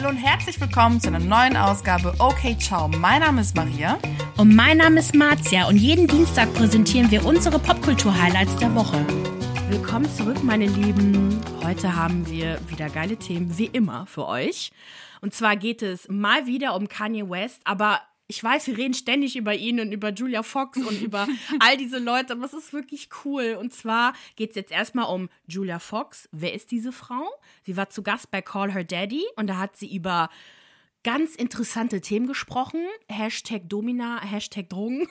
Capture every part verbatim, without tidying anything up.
und herzlich willkommen zu einer neuen Ausgabe Okay Ciao. Mein Name ist Maria. Und mein Name ist Marzia und jeden Dienstag präsentieren wir unsere Popkultur-Highlights der Woche. Willkommen zurück, meine Lieben. Heute haben wir wieder geile Themen, wie immer, für euch. Und zwar geht es mal wieder um Kanye West, aber ich weiß, wir reden ständig über ihn und über Julia Fox und über all diese Leute, aber es ist wirklich cool. Und zwar geht es jetzt erstmal um Julia Fox. Wer ist diese Frau? Sie war zu Gast bei Call Her Daddy und da hat sie über ganz interessante Themen gesprochen. Hashtag Domina, Hashtag Drogen.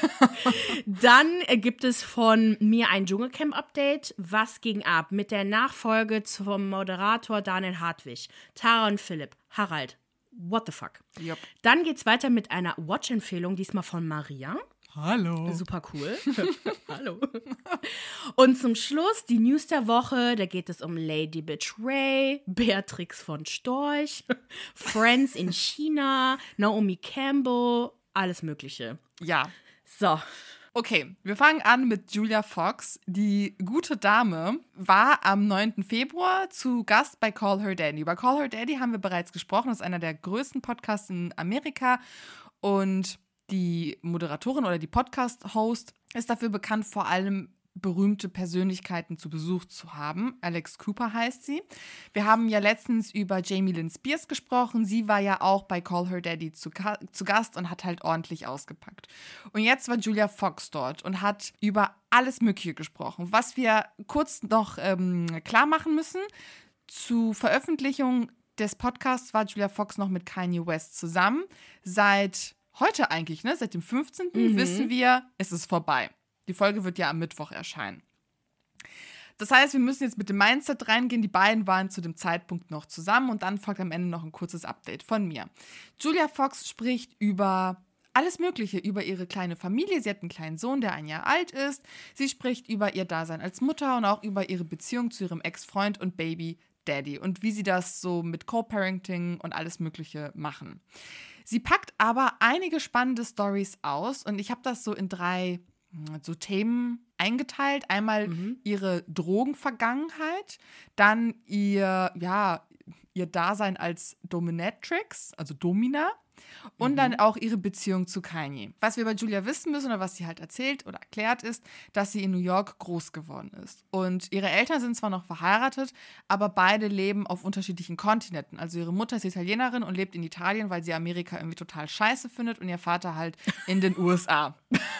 Dann gibt es von mir ein Dschungelcamp-Update. Was ging ab mit der Nachfolge zum Moderator Daniel Hartwig? Tara und Philipp, Harald. What the fuck? Yep. Dann geht's weiter mit einer Watch-Empfehlung, diesmal von Maria. Hallo. Super cool. Hallo. Und zum Schluss die News der Woche. Da geht es um Lady Bitch Ray, Beatrix von Storch, Friends in China, Naomi Campbell, alles Mögliche. Ja. So. Okay, wir fangen an mit Julia Fox. Die gute Dame war am neunten Februar zu Gast bei Call Her Daddy. Über Call Her Daddy haben wir bereits gesprochen. Das ist einer der größten Podcasts in Amerika. Und die Moderatorin oder die Podcast-Host ist dafür bekannt, vor allem berühmte Persönlichkeiten zu Besuch zu haben. Alex Cooper heißt sie. Wir haben ja letztens über Jamie Lynn Spears gesprochen. Sie war ja auch bei Call Her Daddy zu, zu Gast und hat halt ordentlich ausgepackt. Und jetzt war Julia Fox dort und hat über alles Mögliche gesprochen. Was wir kurz noch ähm, klar machen müssen, zur Veröffentlichung des Podcasts war Julia Fox noch mit Kanye West zusammen. Seit heute eigentlich, ne? Seit dem fünfzehnten Mhm. wissen wir, es ist vorbei. Die Folge wird ja am Mittwoch erscheinen. Das heißt, wir müssen jetzt mit dem Mindset reingehen. Die beiden waren zu dem Zeitpunkt noch zusammen und dann folgt am Ende noch ein kurzes Update von mir. Julia Fox spricht über alles Mögliche, über ihre kleine Familie. Sie hat einen kleinen Sohn, der ein Jahr alt ist. Sie spricht über ihr Dasein als Mutter und auch über ihre Beziehung zu ihrem Ex-Freund und Baby Daddy und wie sie das so mit Co-Parenting und alles Mögliche machen. Sie packt aber einige spannende Storys aus und ich habe das so in drei so Themen eingeteilt. Einmal mhm. ihre Drogenvergangenheit, dann ihr, ja, ihr Dasein als Dominatrix, also Domina, und mhm. dann auch ihre Beziehung zu Kanye. Was wir bei Julia wissen müssen oder was sie halt erzählt oder erklärt ist, dass sie in New York groß geworden ist. Und ihre Eltern sind zwar noch verheiratet, aber beide leben auf unterschiedlichen Kontinenten. Also ihre Mutter ist Italienerin und lebt in Italien, weil sie Amerika irgendwie total scheiße findet und ihr Vater halt in den U S A.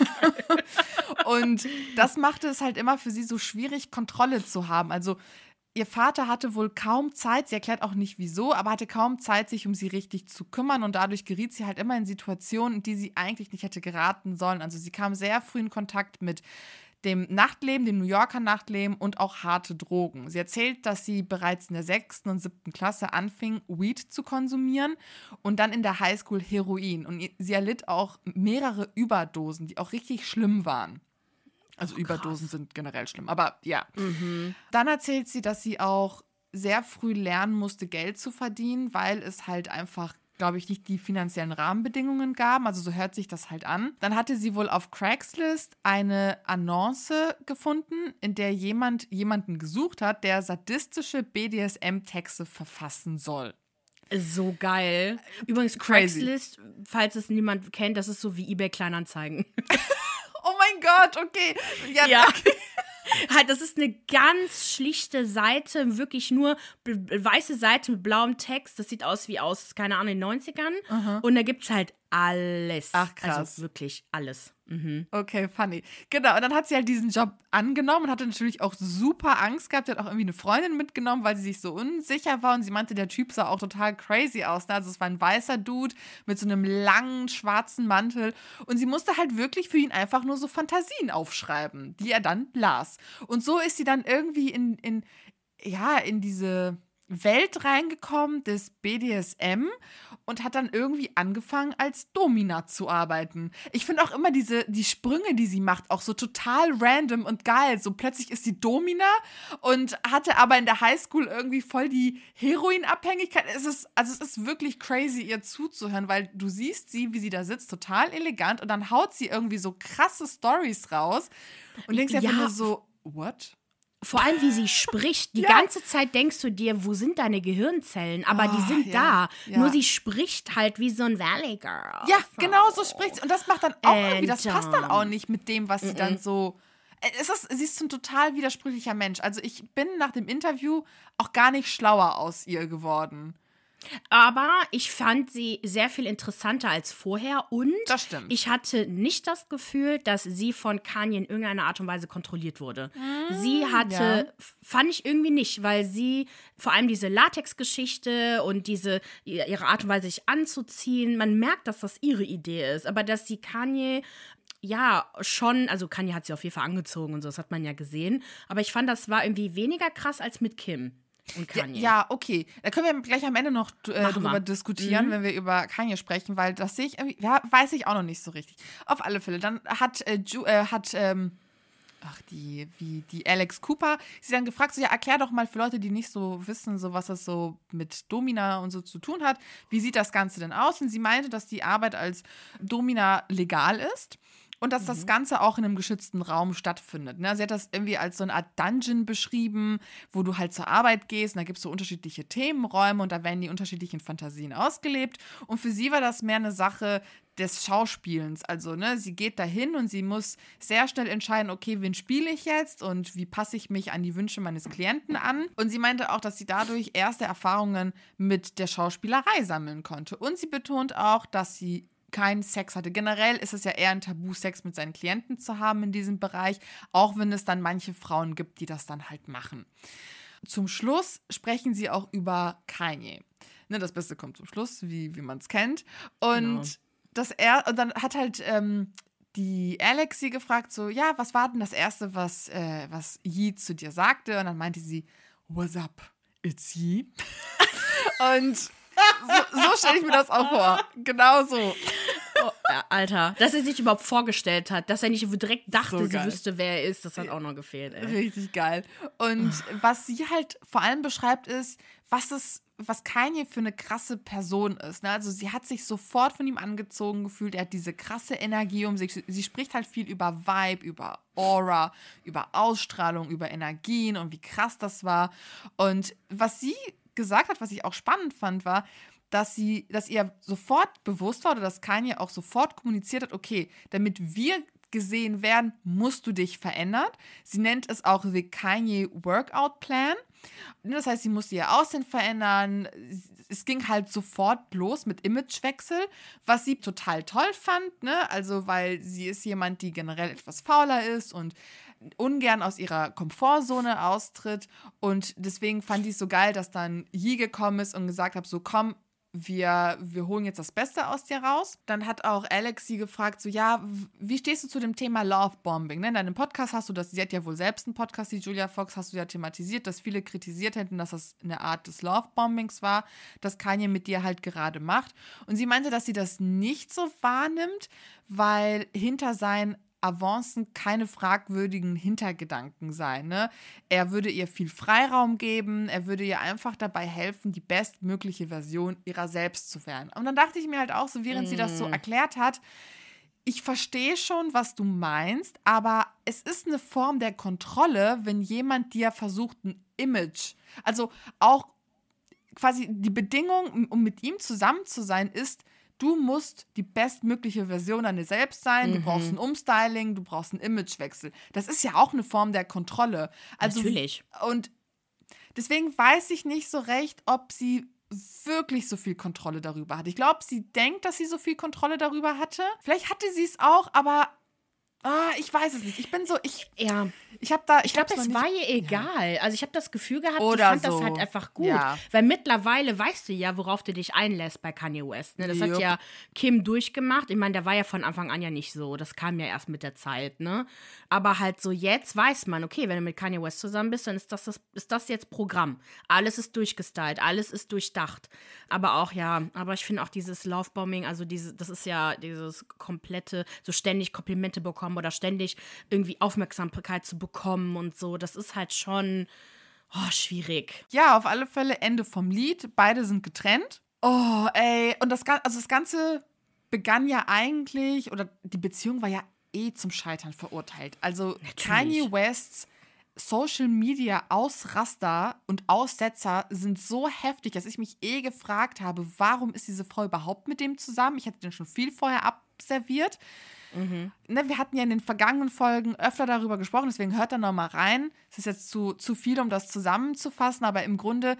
Und das machte es halt immer für sie so schwierig, Kontrolle zu haben. Also ihr Vater hatte wohl kaum Zeit, sie erklärt auch nicht wieso, aber hatte kaum Zeit, sich um sie richtig zu kümmern und dadurch geriet sie halt immer in Situationen, in die sie eigentlich nicht hätte geraten sollen. Also sie kam sehr früh in Kontakt mit dem Nachtleben, dem New Yorker Nachtleben und auch harte Drogen. Sie erzählt, dass sie bereits in der sechsten und siebten Klasse anfing, Weed zu konsumieren und dann in der Highschool Heroin. Und sie erlitt auch mehrere Überdosen, die auch richtig schlimm waren. Also oh, Überdosen sind generell schlimm, aber ja. Mhm. Dann erzählt sie, dass sie auch sehr früh lernen musste, Geld zu verdienen, weil es halt einfach, glaube ich, nicht die finanziellen Rahmenbedingungen gab. Also so hört sich das halt an. Dann hatte sie wohl auf Craigslist eine Annonce gefunden, in der jemand jemanden gesucht hat, der sadistische B D S M-Texte verfassen soll. So geil. Übrigens, Craigslist, falls es niemand kennt, das ist so wie eBay Kleinanzeigen. Oh mein Gott, okay. Ja, ja. Okay. Halt, das ist eine ganz schlichte Seite, wirklich nur be- weiße Seite mit blauem Text. Das sieht aus wie aus, keine Ahnung, den neunzigern. Uh-huh. Und da gibt's halt alles. Ach, krass. Also wirklich alles. Mhm. Okay, funny. Genau, und dann hat sie halt diesen Job angenommen und hatte natürlich auch super Angst gehabt. Sie hat auch irgendwie eine Freundin mitgenommen, weil sie sich so unsicher war. Und sie meinte, der Typ sah auch total crazy aus. Ne? Also es war ein weißer Dude mit so einem langen, schwarzen Mantel. Und sie musste halt wirklich für ihn einfach nur so Fantasien aufschreiben, die er dann las. Und so ist sie dann irgendwie in, in, ja, in diese Welt reingekommen des B D S M und hat dann irgendwie angefangen, als Domina zu arbeiten. Ich finde auch immer diese die Sprünge, die sie macht, auch so total random und geil. So plötzlich ist sie Domina und hatte aber in der Highschool irgendwie voll die Heroinabhängigkeit. Es ist, also es ist wirklich crazy, ihr zuzuhören, weil du siehst sie, wie sie da sitzt, total elegant und dann haut sie irgendwie so krasse Storys raus und denkst ja. einfach nur so, what? Vor allem, wie sie spricht. Die ja. ganze Zeit denkst du dir, wo sind deine Gehirnzellen? Aber oh, die sind ja, da. Ja. Nur sie spricht halt wie so ein Valley Girl. Ja, so. genau so spricht sie. Und das macht dann auch And irgendwie, das passt dann auch nicht mit dem, was sie mm-mm. dann so... Es ist, sie ist ein total widersprüchlicher Mensch. Also ich bin nach dem Interview auch gar nicht schlauer aus ihr geworden. Aber ich fand sie sehr viel interessanter als vorher und das stimmt. ich hatte nicht das Gefühl, dass sie von Kanye in irgendeiner Art und Weise kontrolliert wurde. Mm, sie hatte, ja. fand ich irgendwie nicht, weil sie vor allem diese Latex-Geschichte und diese ihre Art und Weise, sich anzuziehen, man merkt, dass das ihre Idee ist, aber dass sie Kanye ja, schon, also Kanye hat sie auf jeden Fall angezogen und so, das hat man ja gesehen, aber ich fand, das war irgendwie weniger krass als mit Kim. Und Kanye. Ja, ja, okay. Da können wir gleich am Ende noch äh, drüber diskutieren, mhm. wenn wir über Kanye sprechen, weil das sehe ich irgendwie, ja, weiß ich auch noch nicht so richtig. Auf alle Fälle. Dann hat, äh, Ju, äh, hat ähm, ach, die, wie, die Alex Cooper sie dann gefragt, so, ja, erklär doch mal für Leute, die nicht so wissen, so was das so mit Domina und so zu tun hat, wie sieht das Ganze denn aus? Und sie meinte, dass die Arbeit als Domina legal ist. Und dass das Ganze auch in einem geschützten Raum stattfindet. Ne? Sie hat das irgendwie als so eine Art Dungeon beschrieben, wo du halt zur Arbeit gehst und da gibt es so unterschiedliche Themenräume und da werden die unterschiedlichen Fantasien ausgelebt. Und für sie war das mehr eine Sache des Schauspielens. Also, ne, sie geht dahin und sie muss sehr schnell entscheiden, okay, wen spiele ich jetzt und wie passe ich mich an die Wünsche meines Klienten an. Und sie meinte auch, dass sie dadurch erste Erfahrungen mit der Schauspielerei sammeln konnte. Und sie betont auch, dass sie keinen Sex hatte. Generell ist es ja eher ein Tabu, Sex mit seinen Klienten zu haben in diesem Bereich, auch wenn es dann manche Frauen gibt, die das dann halt machen. Zum Schluss sprechen sie auch über Kanye. Ne, das Beste kommt zum Schluss, wie, wie man es kennt. Und, genau. das er, und dann hat halt ähm, die Alex sie gefragt, so, ja, was war denn das Erste, was, äh, was Yi zu dir sagte? Und dann meinte sie, what's up, it's Yi. Und So, so stelle ich mir das auch vor. Genau so. Oh, ja, Alter, dass er sich überhaupt vorgestellt hat, dass er nicht direkt dachte, so sie wüsste, wer er ist, das hat auch noch gefehlt. Ey. Richtig geil. Und was sie halt vor allem beschreibt, ist, was es, was Kanye für eine krasse Person ist. Ne? Also sie hat sich sofort von ihm angezogen gefühlt, er hat diese krasse Energie um sich. Sie spricht halt viel über Vibe, über Aura, über Ausstrahlung, über Energien und wie krass das war. Und was sie gesagt hat, was ich auch spannend fand, war, dass sie, dass ihr sofort bewusst war oder dass Kanye auch sofort kommuniziert hat, okay, damit wir gesehen werden, musst du dich verändern. Sie nennt es auch The Kanye Workout Plan. Das heißt, sie musste ihr Aussehen verändern. Es ging halt sofort los mit Imagewechsel, was sie total toll fand, ne? Also, weil sie ist jemand, die generell etwas fauler ist und ungern aus ihrer Komfortzone austritt. Und deswegen fand ich es so geil, dass dann Yi gekommen ist und gesagt hat, so komm, wir, wir holen jetzt das Beste aus dir raus. Dann hat auch Alex sie gefragt, so ja, wie stehst du zu dem Thema Lovebombing? Ne? In deinem Podcast hast du das, sie hat ja wohl selbst einen Podcast, die Julia Fox, hast du ja thematisiert, dass viele kritisiert hätten, dass das eine Art des Lovebombings war, das Kanye mit dir halt gerade macht. Und sie meinte, dass sie das nicht so wahrnimmt, weil hinter seinen Avancen keine fragwürdigen Hintergedanken sein. Ne? Er würde ihr viel Freiraum geben, er würde ihr einfach dabei helfen, die bestmögliche Version ihrer selbst zu werden. Und dann dachte ich mir halt auch so, während mm. sie das so erklärt hat, ich verstehe schon, was du meinst, aber es ist eine Form der Kontrolle, wenn jemand dir versucht, ein Image, also auch quasi die Bedingung, um mit ihm zusammen zu sein, ist, du musst die bestmögliche Version deiner selbst sein, mhm. du brauchst ein Umstyling, du brauchst einen Imagewechsel. Das ist ja auch eine Form der Kontrolle. Also, natürlich. Und deswegen weiß ich nicht so recht, ob sie wirklich so viel Kontrolle darüber hat. Ich glaube, sie denkt, dass sie so viel Kontrolle darüber hatte. Vielleicht hatte sie es auch, aber ah, ich weiß es nicht. Ich bin so, ich, ja. ich habe da, ich, ich glaube, das war ihr egal. Ja. Also ich habe das Gefühl gehabt, Oder sie fand so. das halt einfach gut. Ja. Weil mittlerweile weißt du ja, worauf du dich einlässt bei Kanye West. Ne? Das Jupp. hat ja Kim durchgemacht. Ich meine, der war ja von Anfang an ja nicht so. Das kam ja erst mit der Zeit. Ne? Aber halt so jetzt weiß man, okay, wenn du mit Kanye West zusammen bist, dann ist das, das, ist das jetzt Programm. Alles ist durchgestylt, alles ist durchdacht. Aber auch, ja, aber ich finde auch dieses Lovebombing, also diese, das ist ja dieses komplette, so ständig Komplimente bekommen oder ständig irgendwie Aufmerksamkeit zu bekommen und so. Das ist halt schon oh, schwierig. Ja, auf alle Fälle Ende vom Lied. Beide sind getrennt. Oh, ey. Und das, also das Ganze begann ja eigentlich, oder die Beziehung war ja eh zum Scheitern verurteilt. Also Natürlich. Kanye Wests Social-Media-Ausraster und Aussetzer sind so heftig, dass ich mich eh gefragt habe, warum ist diese Frau überhaupt mit dem zusammen? Ich hatte den schon viel vorher abserviert. Mhm. Ne, wir hatten ja in den vergangenen Folgen öfter darüber gesprochen, deswegen hört da noch mal rein. Es ist jetzt zu, zu viel, um das zusammenzufassen, aber im Grunde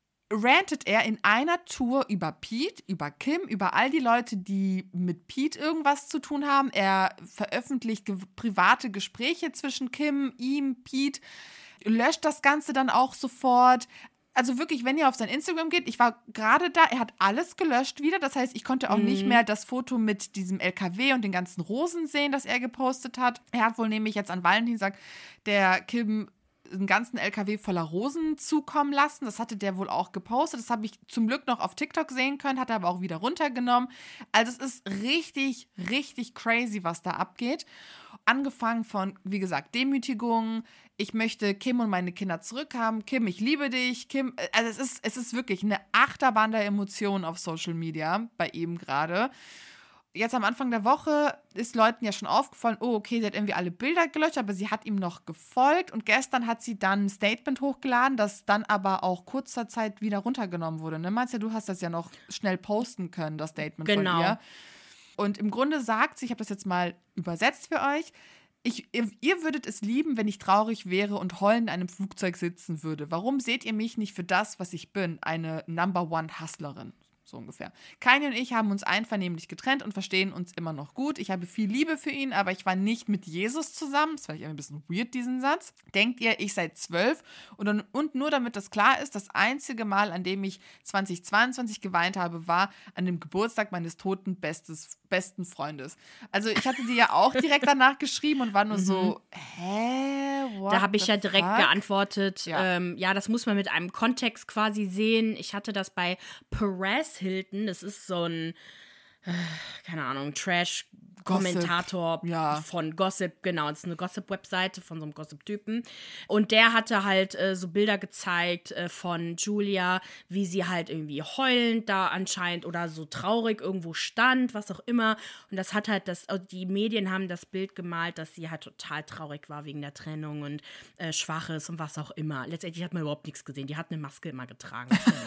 rantet er in einer Tour über Pete, über Kim, über all die Leute, die mit Pete irgendwas zu tun haben. Er veröffentlicht ge- private Gespräche zwischen Kim, ihm, Pete, löscht das Ganze dann auch sofort. Also wirklich, wenn ihr auf sein Instagram geht, ich war gerade da, er hat alles gelöscht wieder. Das heißt, ich konnte auch mhm. nicht mehr das Foto mit diesem L K W und den ganzen Rosen sehen, das er gepostet hat. Er hat wohl nämlich jetzt an Valentinstag der Kim einen ganzen L K W voller Rosen zukommen lassen. Das hatte der wohl auch gepostet. Das habe ich zum Glück noch auf TikTok sehen können, hat er aber auch wieder runtergenommen. Also es ist richtig, richtig crazy, was da abgeht. Angefangen von, wie gesagt, Demütigungen. Ich möchte Kim und meine Kinder zurückhaben. Kim, ich liebe dich. Kim, also es ist, es ist wirklich eine Achterbahn der Emotionen auf Social Media bei ihm gerade. Jetzt am Anfang der Woche ist Leuten ja schon aufgefallen, oh, okay, sie hat irgendwie alle Bilder gelöscht, aber sie hat ihm noch gefolgt. Und gestern hat sie dann ein Statement hochgeladen, das dann aber auch kurzer Zeit wieder runtergenommen wurde. Ne, Marzia, du hast das ja noch schnell posten können, das Statement genau. von ihr. Und im Grunde sagt sie, ich habe das jetzt mal übersetzt für euch, ich, ihr, ihr würdet es lieben, wenn ich traurig wäre und heulend in einem Flugzeug sitzen würde. Warum seht ihr mich nicht für das, was ich bin? Eine Number-One-Hustlerin. So ungefähr. Kanye und ich haben uns einvernehmlich getrennt und verstehen uns immer noch gut. Ich habe viel Liebe für ihn, aber ich war nicht mit Jesus zusammen. Das fand ich ein bisschen weird, diesen Satz. Denkt ihr, ich sei zwölf? Und, und nur damit das klar ist, das einzige Mal, an dem ich zweitausendzweiundzwanzig geweint habe, war an dem Geburtstag meines toten Bestes, besten Freundes. Also ich hatte die ja auch direkt danach geschrieben und war nur mhm. so, hä? What da habe ich ja direkt fuck? geantwortet, ja. Ähm, ja, das muss man mit einem Kontext quasi sehen. Ich hatte das bei Perez Hilton, das ist so ein, äh, keine Ahnung, Trash-Kommentator ja. von Gossip, genau, das ist eine Gossip-Webseite von so einem Gossip-Typen. Und der hatte halt äh, so Bilder gezeigt äh, von Julia, wie sie halt irgendwie heulend da anscheinend oder so traurig irgendwo stand, was auch immer. Und das hat halt, das, also die Medien haben das Bild gemalt, dass sie halt total traurig war wegen der Trennung und äh, schwach ist und was auch immer. Letztendlich hat man überhaupt nichts gesehen. Die hat eine Maske immer getragen,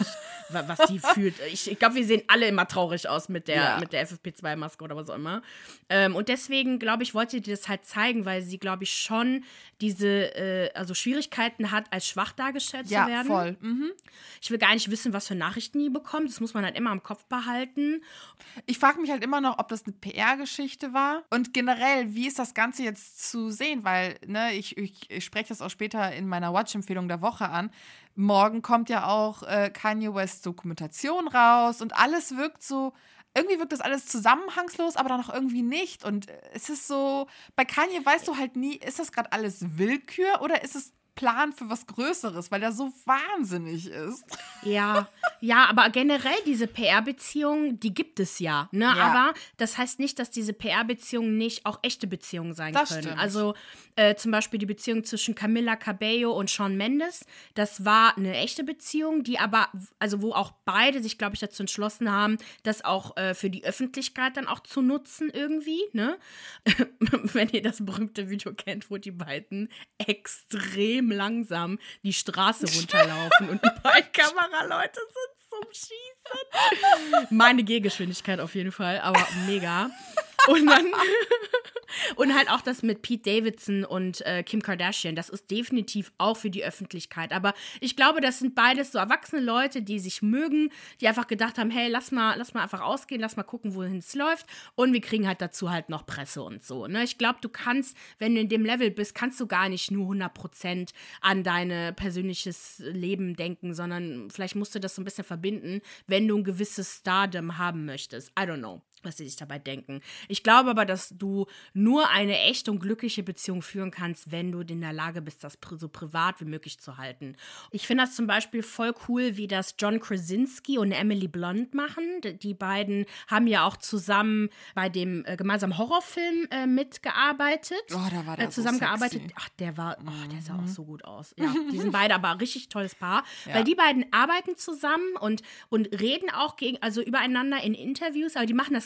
was die fühlt. Ich, ich glaube, wir sehen alle immer traurig aus mit der, ja. mit der F F P zwei Maske oder was auch immer. Ähm, und deswegen, glaube ich, wollte sie dir das halt zeigen, weil sie, glaube ich, schon diese äh, also Schwierigkeiten hat, als schwach dargestellt ja, zu werden. Ja, voll. Mhm. Ich will gar nicht wissen, was für Nachrichten die bekommt. Das muss man halt immer im Kopf behalten. Ich frage mich halt immer noch, ob das eine P R-Geschichte war. Und generell, wie ist das Ganze jetzt zu sehen? Weil, ne, ich, ich, ich spreche das auch später in meiner Watch-Empfehlung der Woche an. Morgen kommt ja auch äh, Kanye Wests Dokumentation raus und alles wirkt so, irgendwie wirkt das alles zusammenhangslos, aber dann auch irgendwie nicht. Und es ist so, bei Kanye weißt du halt nie, ist das gerade alles Willkür oder ist es Plan für was Größeres, weil der so wahnsinnig ist. Ja, ja, aber generell diese P R-Beziehungen, die gibt es ja, ne? Ja. Aber das heißt nicht, dass diese P R-Beziehungen nicht auch echte Beziehungen sein das können. Stimmt. Also äh, zum Beispiel die Beziehung zwischen Camila Cabello und Shawn Mendes, das war eine echte Beziehung, die aber, also wo auch beide sich, glaube ich, dazu entschlossen haben, das auch äh, für die Öffentlichkeit dann auch zu nutzen irgendwie, ne? Wenn ihr das berühmte Video kennt, wo die beiden extrem langsam die Straße runterlaufen und die beiden Kameraleute sind zum Schießen. Meine Gehgeschwindigkeit auf jeden Fall, aber mega. Und dann und halt auch das mit Pete Davidson und äh, Kim Kardashian, das ist definitiv auch für die Öffentlichkeit. Aber ich glaube, das sind beides so erwachsene Leute, die sich mögen, die einfach gedacht haben, hey, lass mal, lass mal einfach ausgehen, lass mal gucken, wohin es läuft. Und wir kriegen halt dazu halt noch Presse und so. Ne? Ich glaube, du kannst, wenn du in dem Level bist, kannst du gar nicht nur hundert Prozent an dein persönliches Leben denken, sondern vielleicht musst du das so ein bisschen verbinden, wenn du ein gewisses Stardom haben möchtest. I don't know, was sie sich dabei denken. Ich glaube aber, dass du nur eine echte und glückliche Beziehung führen kannst, wenn du in der Lage bist, das so privat wie möglich zu halten. Ich finde das zum Beispiel voll cool, wie das John Krasinski und Emily Blunt machen. Die beiden haben ja auch zusammen bei dem äh, gemeinsamen Horrorfilm äh, mitgearbeitet. Oh, da war der äh, zusammengearbeitet. So sexy. Ach, der war, oh, der sah auch so gut aus. Ja, die sind beide aber ein richtig tolles Paar, ja. weil die beiden arbeiten zusammen und, und reden auch gegen, also übereinander in Interviews, aber die machen das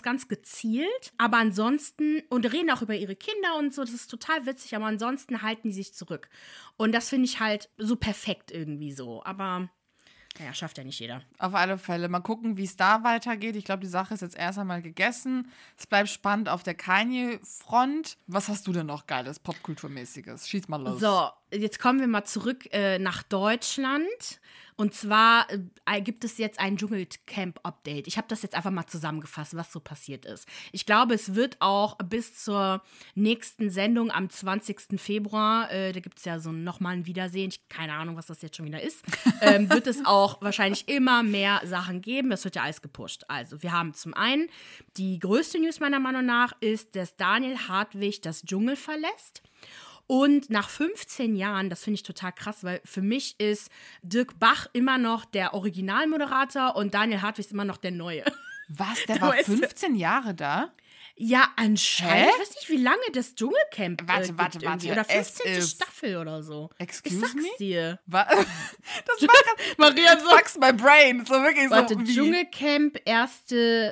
ganz gezielt, aber ansonsten, und reden auch über ihre Kinder und so, das ist total witzig, aber ansonsten halten die sich zurück. Und das finde ich halt so perfekt irgendwie so, aber naja, schafft ja nicht jeder. Auf alle Fälle. Mal gucken, wie es da weitergeht. Ich glaube, die Sache ist jetzt erst einmal gegessen. Es bleibt spannend auf der Kanye-Front. Was hast du denn noch Geiles, Popkulturmäßiges? Schieß mal los. So, jetzt kommen wir mal zurück äh, nach Deutschland. Und zwar äh, gibt es jetzt ein Dschungelcamp-Update. Ich habe das jetzt einfach mal zusammengefasst, was so passiert ist. Ich glaube, es wird auch bis zur nächsten Sendung am zwanzigsten Februar, äh, da gibt es ja so nochmal ein Wiedersehen, ich, keine Ahnung, was das jetzt schon wieder ist, ähm, wird es auch wahrscheinlich immer mehr Sachen geben. Das wird ja alles gepusht. Also, wir haben zum einen, die größte News meiner Meinung nach ist, dass Daniel Hartwig das Dschungel verlässt. Und nach fünfzehn Jahren, das finde ich total krass, weil für mich ist Dirk Bach immer noch der Originalmoderator und Daniel Hartwig ist immer noch der Neue. Was? Der war fünfzehn Jahre da? Ja, anscheinend. Hä? Ich weiß nicht, wie lange das Dschungelcamp Warte, äh, gibt warte, warte. irgendwie. Oder fünfzehnte Es Staffel oder so. Excuse ich sag's me? dir. Was? Das macht Maria so. Fucks my brain. So wirklich Warte, so wie. Dschungelcamp, erste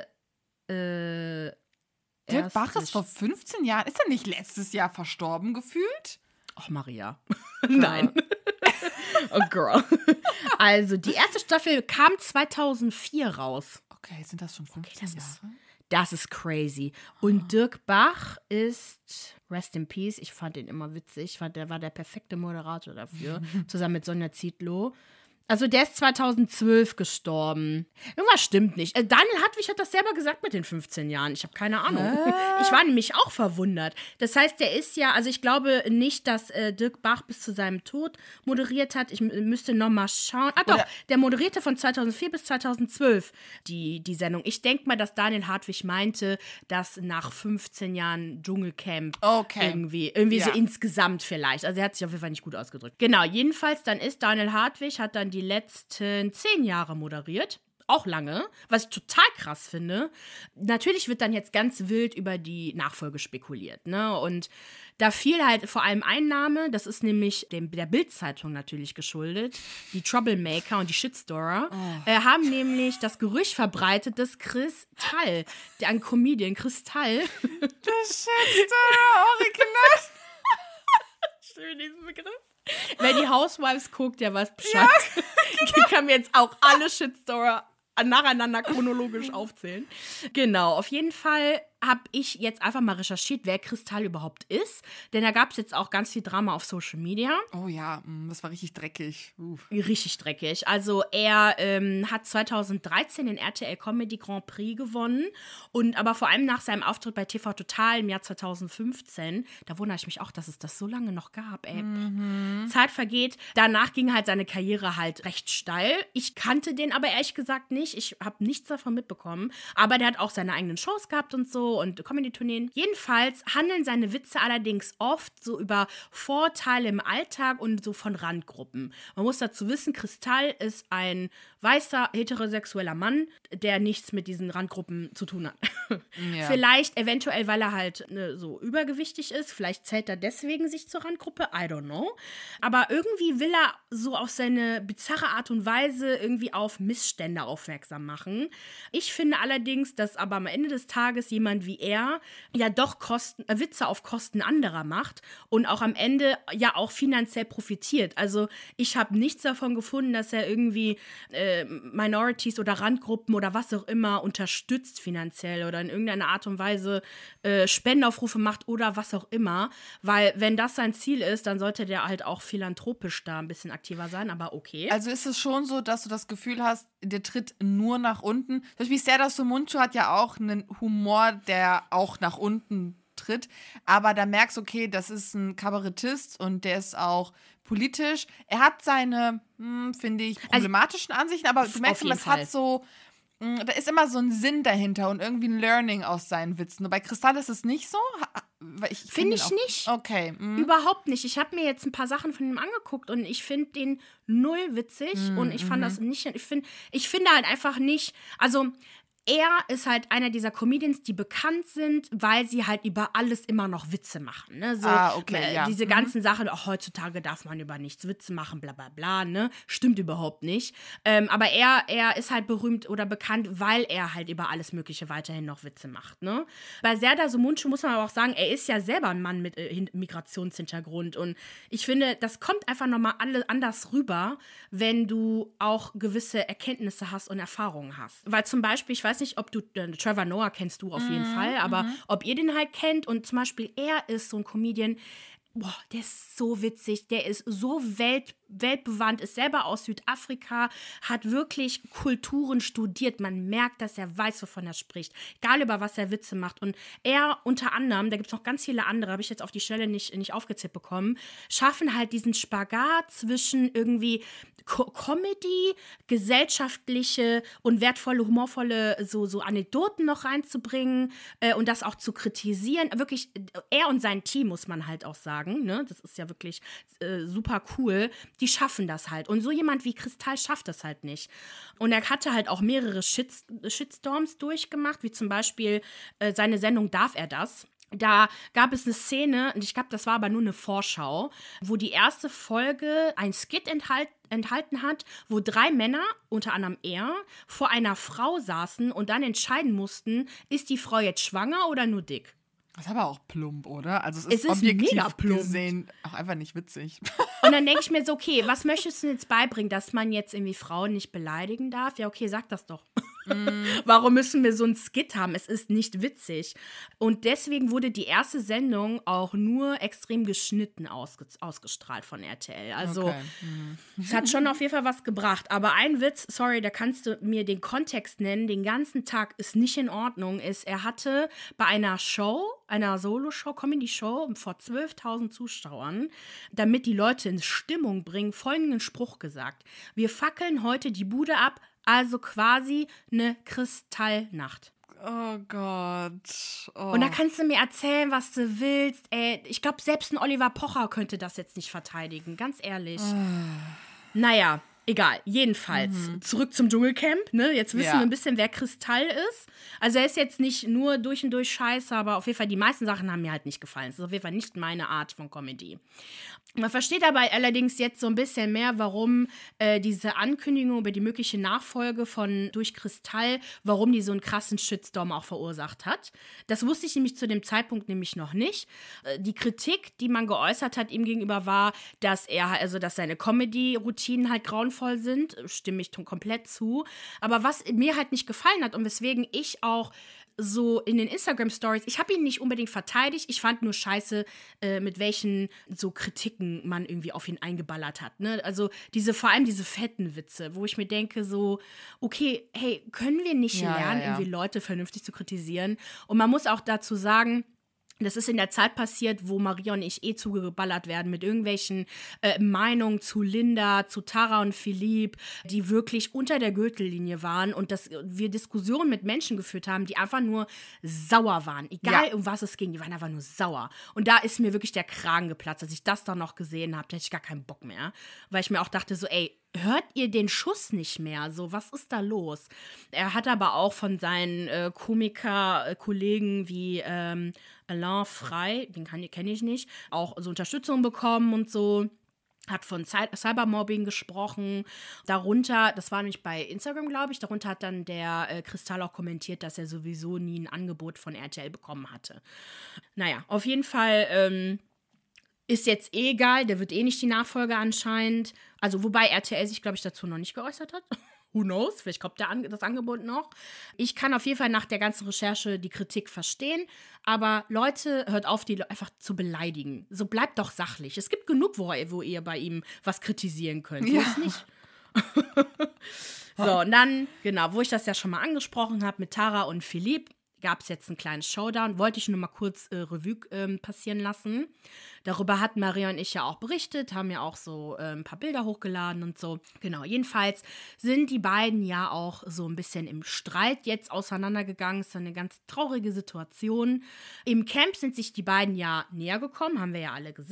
äh, Dirk Bach erste ist vor fünfzehn Jahren, ist er nicht letztes Jahr verstorben gefühlt? Ach, Maria. Nein. Oh, girl. Also, die erste Staffel kam zweitausendvier raus. Okay, sind das schon fünfzehn das ist- Jahre? Das ist crazy. Und Dirk Bach ist, rest in peace, ich fand ihn immer witzig. Ich fand, der war der perfekte Moderator dafür, zusammen mit Sonja Zietlow. Also der ist zweitausendzwölf gestorben. Irgendwas stimmt nicht. Äh, Daniel Hartwig hat das selber gesagt mit den fünfzehn Jahren. Ich habe keine Ahnung. Hä? Ich war nämlich auch verwundert. Das heißt, der ist ja, also ich glaube nicht, dass äh, Dirk Bach bis zu seinem Tod moderiert hat. Ich m- müsste noch mal schauen. Ah doch, Oder- der moderierte von zweitausendvier bis zweitausendzwölf die, die Sendung. Ich denke mal, dass Daniel Hartwig meinte, dass nach fünfzehn Jahren Dschungelcamp Okay. irgendwie, irgendwie so Ja. insgesamt vielleicht. Also er hat sich auf jeden Fall nicht gut ausgedrückt. Genau, jedenfalls dann ist Daniel Hartwig, hat dann die letzten zehn Jahre moderiert. Auch lange, was ich total krass finde. Natürlich wird dann jetzt ganz wild über die Nachfolge spekuliert, ne? Und da fiel halt vor allem ein Name, das ist nämlich dem, der Bild-Zeitung natürlich geschuldet. Die Troublemaker und die Shitstorer Oh. äh, haben nämlich das Gerücht verbreitet, dass Chris Tall, der ein Comedian, Chris Tall, Das Shitstory Original. schön diesen Begriff. Wer die Housewives guckt, der weiß Bescheid. Die kann mir jetzt auch alle Shitstorer nacheinander chronologisch aufzählen. Genau, auf jeden Fall habe ich jetzt einfach mal recherchiert, wer Kristall überhaupt ist. Denn da gab es jetzt auch ganz viel Drama auf Social Media. Oh ja, mh, das war richtig dreckig. Uff. Richtig dreckig. Also er ähm, hat zweitausenddreizehn den R T L Comedy Grand Prix gewonnen. Und aber vor allem nach seinem Auftritt bei T V Total im Jahr zweitausendfünfzehn, da wundere ich mich auch, dass es das so lange noch gab. Ey. Zeit vergeht. Danach ging halt seine Karriere halt recht steil. Ich kannte den aber ehrlich gesagt nicht. Ich habe nichts davon mitbekommen. Aber der hat auch seine eigenen Shows gehabt und so und Comedy-Tourneen. Jedenfalls handeln seine Witze allerdings oft so über Vorteile im Alltag und so von Randgruppen. Man muss dazu wissen, Kristall ist ein weißer, heterosexueller Mann, der nichts mit diesen Randgruppen zu tun hat. Ja. Vielleicht eventuell, weil er halt ne, so übergewichtig ist. Vielleicht zählt er deswegen sich zur Randgruppe. I don't know. Aber irgendwie will er so auf seine bizarre Art und Weise irgendwie auf Missstände aufmerksam machen. Ich finde allerdings, dass aber am Ende des Tages jemand wie er ja doch Kosten, äh, Witze auf Kosten anderer macht und auch am Ende ja auch finanziell profitiert. Also ich habe nichts davon gefunden, dass er irgendwie äh, Minorities oder Randgruppen oder was auch immer unterstützt finanziell oder in irgendeiner Art und Weise äh, Spendenaufrufe macht oder was auch immer. Weil wenn das sein Ziel ist, dann sollte der halt auch philanthropisch da ein bisschen aktiver sein, aber okay. Also ist es schon so, dass du das Gefühl hast, der tritt nur nach unten. Zum Beispiel Serdar Somuncu hat ja auch einen Humor, der auch nach unten tritt. Aber da merkst du, okay, das ist ein Kabarettist und der ist auch politisch. Er hat seine, hm, finde ich, problematischen Ansichten, aber du merkst auf immer, jeden es Fall. hat so, hm, da ist immer so ein Sinn dahinter und irgendwie ein Learning aus seinen Witzen. Und bei Kristall ist es nicht so. Ha- weil ich Finde ich auch, nicht. Okay. hm. Überhaupt nicht. Ich habe mir jetzt ein paar Sachen von ihm angeguckt und ich finde den null witzig und ich fand das nicht, ich finde, ich finde halt einfach nicht, also er ist halt einer dieser Comedians, die bekannt sind, weil sie halt über alles immer noch Witze machen. Ne? So, ah, okay, äh, ja. Diese mhm. ganzen Sachen, auch heutzutage darf man über nichts Witze machen, bla bla bla, ne? Stimmt überhaupt nicht. Ähm, aber er, er ist halt berühmt oder bekannt, weil er halt über alles Mögliche weiterhin noch Witze macht. Ne? Bei Serdar Somuncu muss man aber auch sagen, er ist ja selber ein Mann mit äh, Migrationshintergrund. Und ich finde, das kommt einfach nochmal alle anders rüber, wenn du auch gewisse Erkenntnisse hast und Erfahrungen hast. Weil zum Beispiel, ich weiß nicht, ob du, äh, Trevor Noah kennst du auf jeden Mhm, Fall, aber mhm. ob ihr den halt kennt und zum Beispiel er ist so ein Comedian, boah, der ist so witzig, der ist so welt, weltbewandt, ist selber aus Südafrika, hat wirklich Kulturen studiert. Man merkt, dass er weiß, wovon er spricht. Egal, über was er Witze macht. Und er unter anderem, da gibt es noch ganz viele andere, habe ich jetzt auf die Stelle nicht, nicht aufgezählt bekommen, schaffen halt diesen Spagat zwischen irgendwie Co- Comedy, gesellschaftliche und wertvolle, humorvolle so, so Anekdoten noch reinzubringen äh, und das auch zu kritisieren. Wirklich, er und sein Team, muss man halt auch sagen, ne? Das ist ja wirklich äh, super cool. Die schaffen das halt. Und so jemand wie Kristall schafft das halt nicht. Und er hatte halt auch mehrere Shit- Shitstorms durchgemacht, wie zum Beispiel äh, seine Sendung Darf er das? Da gab es eine Szene, und ich glaube, das war aber nur eine Vorschau, wo die erste Folge ein Skit enthalt, enthalten hat, wo drei Männer, unter anderem er, vor einer Frau saßen und dann entscheiden mussten, ist die Frau jetzt schwanger oder nur dick? Das ist aber auch plump, oder? Also es ist, Es ist objektiv mega plump. gesehen auch einfach nicht witzig. Und dann denke ich mir so, okay, was möchtest du denn jetzt beibringen, dass man jetzt irgendwie Frauen nicht beleidigen darf? Ja, okay, sag das doch. Mm. Warum müssen wir so ein Skit haben? Es ist nicht witzig. Und deswegen wurde die erste Sendung auch nur extrem geschnitten ausge- ausgestrahlt von R T L. Also Okay. Mhm. es hat schon auf jeden Fall was gebracht. Aber ein Witz, sorry, da kannst du mir den Kontext nennen, den ganzen Tag ist nicht in Ordnung, ist, er hatte bei einer Show, einer Solo-Show, Comedy-Show vor zwölftausend Zuschauern, damit die Leute in Stimmung bringen, folgenden Spruch gesagt: Wir fackeln heute die Bude ab, also quasi eine Kristallnacht. Oh Gott. Oh. Und da kannst du mir erzählen, was du willst. Ey, ich glaube, selbst ein Oliver Pocher könnte das jetzt nicht verteidigen, ganz ehrlich. Naja, egal. Jedenfalls, mhm. zurück zum Dschungelcamp. Ne? Jetzt wissen Ja. wir ein bisschen, wer Kristall ist. Also er ist jetzt nicht nur durch und durch scheiße, aber auf jeden Fall die meisten Sachen haben mir halt nicht gefallen. Das ist auf jeden Fall nicht meine Art von Comedy. Man versteht aber allerdings jetzt so ein bisschen mehr, warum äh, diese Ankündigung über die mögliche Nachfolge von Durch Kristall, warum die so einen krassen Shitstorm auch verursacht hat. Das wusste ich nämlich zu dem Zeitpunkt nämlich noch nicht. Äh, die Kritik, die man geäußert hat ihm gegenüber, war, dass er, also dass seine Comedy-Routinen halt grauenvoll sind. Stimme ich komplett zu. Aber was mir halt nicht gefallen hat und weswegen ich auch so in den Instagram-Stories, ich habe ihn nicht unbedingt verteidigt, ich fand nur scheiße, äh, mit welchen so Kritiken man irgendwie auf ihn eingeballert hat, ne? Also diese, vor allem diese fetten Witze, wo ich mir denke so, okay, hey, können wir nicht Ja, lernen, ja, ja. irgendwie Leute vernünftig zu kritisieren? Und man muss auch dazu sagen, das ist in der Zeit passiert, wo Maria und ich eh zugeballert werden mit irgendwelchen äh, Meinungen zu Linda, zu Tara und Philipp, die wirklich unter der Gürtellinie waren und dass wir Diskussionen mit Menschen geführt haben, die einfach nur sauer waren. Egal, Ja. um was es ging, die waren einfach nur sauer. Und da ist mir wirklich der Kragen geplatzt. Als ich das dann noch gesehen habe, da hatte ich gar keinen Bock mehr. Weil ich mir auch dachte so, ey, hört ihr den Schuss nicht mehr? So, was ist da los? Er hat aber auch von seinen äh, Komiker-Kollegen wie ähm, Alain Frey, den kenne ich nicht, auch so Unterstützung bekommen und so. Hat von Cy- Cybermobbing gesprochen. Darunter, das war nämlich bei Instagram, glaube ich, darunter hat dann der äh, Kristall auch kommentiert, dass er sowieso nie ein Angebot von R T L bekommen hatte. Naja, auf jeden Fall ähm, ist jetzt eh egal, der wird eh nicht die Nachfolge anscheinend. Also wobei R T L sich, glaube ich, dazu noch nicht geäußert hat. Who knows? Vielleicht kommt der An- das Angebot noch. Ich kann auf jeden Fall nach der ganzen Recherche die Kritik verstehen. Aber Leute, hört auf, die Le- einfach zu beleidigen. So bleibt doch sachlich. Es gibt genug, wo, wo ihr bei ihm was kritisieren könnt. So Ja. ist nicht. So, und dann, genau, wo ich das ja schon mal angesprochen habe mit Tara und Philipp, gab es jetzt einen kleinen Showdown. Wollte ich nur mal kurz äh, Revue ähm, passieren lassen. Darüber hatten Maria und ich ja auch berichtet, haben ja auch so äh, ein paar Bilder hochgeladen und so. Genau, jedenfalls sind die beiden ja auch so ein bisschen im Streit jetzt auseinandergegangen. Es ist eine ganz traurige Situation. Im Camp sind sich die beiden ja näher gekommen, haben wir ja alle gesehen.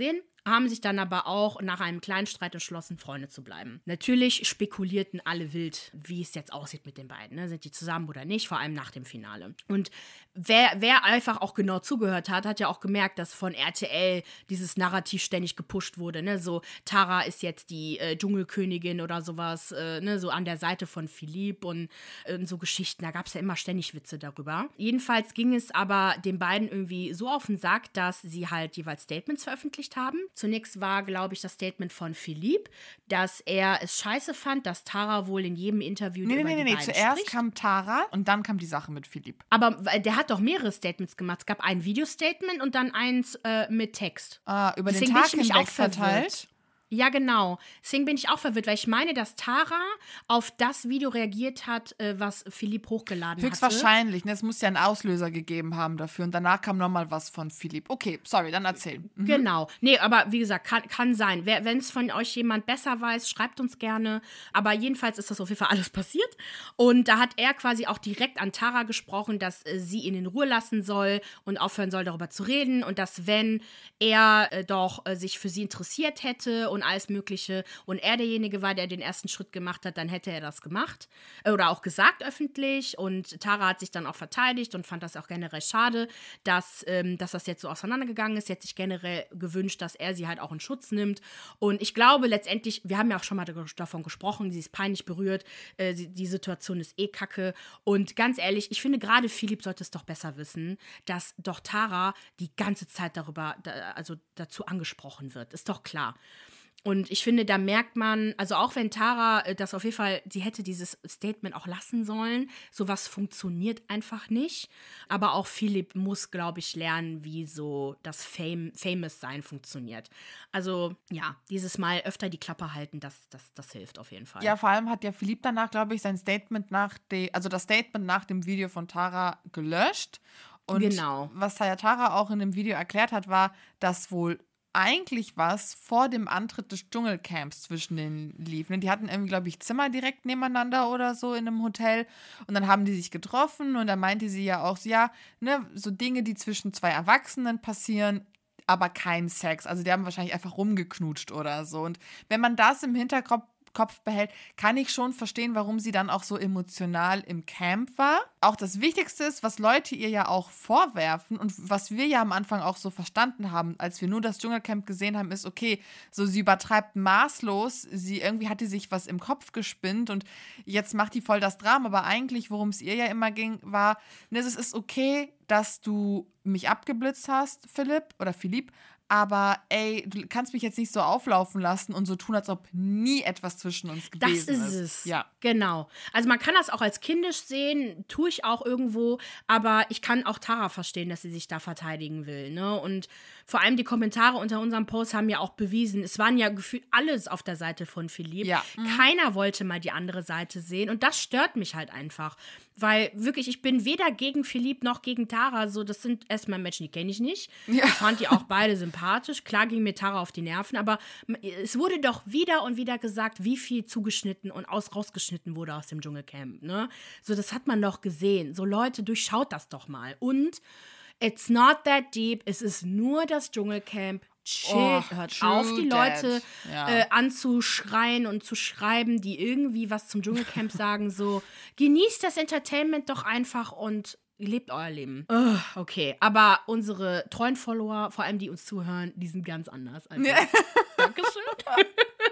haben sich dann aber auch nach einem kleinen Streit entschlossen, Freunde zu bleiben. Natürlich spekulierten alle wild, wie es jetzt aussieht mit den beiden. Ne? Sind die zusammen oder nicht, vor allem nach dem Finale. Und wer, wer einfach auch genau zugehört hat, hat ja auch gemerkt, dass von R T L dieses Narrativ ständig gepusht wurde. Ne? So, Tara ist jetzt die äh, Dschungelkönigin oder sowas, äh, ne? So an der Seite von Philippe und äh, so Geschichten. Da gab es ja immer ständig Witze darüber. Jedenfalls ging es aber den beiden irgendwie so auf den Sack, dass sie halt jeweils Statements veröffentlicht haben. Zunächst war, glaube ich, das Statement von Philippe, dass er es scheiße fand, dass Tara wohl in jedem Interview nee, über nee, die nee, beiden nee. Zuerst spricht. kam Tara und dann kam die Sache mit Philippe. Aber der hat doch mehrere Statements gemacht. Es gab ein Videostatement und dann eins äh, mit Text. Ah, über Deswegen den Tag bin ich mich hinweg auch verwirrt. verteilt. Ja, genau. Deswegen bin ich auch verwirrt, weil ich meine, dass Tara auf das Video reagiert hat, äh, was Philippe hochgeladen hatte. Höchstwahrscheinlich. Ne? Es muss ja einen Auslöser gegeben haben dafür. Und danach kam nochmal was von Philippe. Okay, sorry, dann erzähl. Mhm. Genau. Nee, aber wie gesagt, kann, kann sein. Wenn es von euch jemand besser weiß, schreibt uns gerne. Aber jedenfalls ist das auf jeden Fall alles passiert. Und da hat er quasi auch direkt an Tara gesprochen, dass äh, sie ihn in Ruhe lassen soll und aufhören soll, darüber zu reden. Und dass, wenn er äh, doch äh, sich für sie interessiert hätte und alles Mögliche und er derjenige war, der den ersten Schritt gemacht hat, dann hätte er das gemacht äh, oder auch gesagt öffentlich. Und Tara hat sich dann auch verteidigt und fand das auch generell schade, dass, ähm, dass das jetzt so auseinandergegangen ist. Sie hat sich generell gewünscht, dass er sie halt auch in Schutz nimmt. Und ich glaube letztendlich, wir haben ja auch schon mal davon gesprochen, sie ist peinlich berührt, äh, sie, die Situation ist eh kacke. Und ganz ehrlich, ich finde, gerade Philippe sollte es doch besser wissen, dass doch Tara die ganze Zeit darüber, da, also dazu angesprochen wird. Ist doch klar. Und ich finde, da merkt man, also auch wenn Tara äh, das auf jeden Fall, sie hätte dieses Statement auch lassen sollen, sowas funktioniert einfach nicht. Aber auch Philippe muss, glaube ich, lernen, wie so das Fame, Famous-Sein funktioniert. Also ja, dieses Mal öfter die Klappe halten, das, das, das hilft auf jeden Fall. Ja, vor allem hat ja Philippe danach, glaube ich, sein Statement nach dem, also das Statement nach dem Video von Tara gelöscht. Und genau. Was ja Tara auch in dem Video erklärt hat, war, dass wohl eigentlich was vor dem Antritt des Dschungelcamps zwischen den lief. Die hatten irgendwie, glaube ich, Zimmer direkt nebeneinander oder so in einem Hotel. Und dann haben die sich getroffen und dann meinte sie ja auch so, ja, ne, so Dinge, die zwischen zwei Erwachsenen passieren, aber kein Sex. Also die haben wahrscheinlich einfach rumgeknutscht oder so. Und wenn man das im Hinterkopf Kopf behält, kann ich schon verstehen, warum sie dann auch so emotional im Camp war. Auch das Wichtigste ist, was Leute ihr ja auch vorwerfen und was wir ja am Anfang auch so verstanden haben, als wir nur das Dschungelcamp gesehen haben, ist, okay, so sie übertreibt maßlos, sie irgendwie hat die sich was im Kopf gespinnt und jetzt macht die voll das Drama, aber eigentlich, worum es ihr ja immer ging, war, ne, es ist okay, dass du mich abgeblitzt hast, Philipp oder Philippe, aber ey, du kannst mich jetzt nicht so auflaufen lassen und so tun, als ob nie etwas zwischen uns gewesen ist. Das ist es. Ja. Genau. Also man kann das auch als kindisch sehen, tue ich auch irgendwo, aber ich kann auch Tara verstehen, dass sie sich da verteidigen will. Ne? Und vor allem die Kommentare unter unserem Post haben ja auch bewiesen, es waren ja gefühlt alles auf der Seite von Philippe. Ja. Mhm. Keiner wollte mal die andere Seite sehen und das stört mich halt einfach. Weil wirklich, ich bin weder gegen Philippe noch gegen Tara. So, das sind erstmal Menschen, die kenne ich nicht. Ja. Ich fand die auch beide sympathisch. Klar ging mir Tara auf die Nerven, aber es wurde doch wieder und wieder gesagt, wie viel zugeschnitten und aus, rausgeschnitten wurde aus dem Dschungelcamp. Ne? So, das hat man doch gesehen. So, Leute, durchschaut das doch mal. Und it's not that deep. Es ist nur das Dschungelcamp. Chill, oh, hört auf, die Leute ja. äh, anzuschreien und zu schreiben, die irgendwie was zum Dschungelcamp sagen, so, genießt das Entertainment doch einfach und lebt euer Leben. Oh, okay, aber unsere treuen Follower, vor allem die uns zuhören, die sind ganz anders. Also, ja. Dankeschön.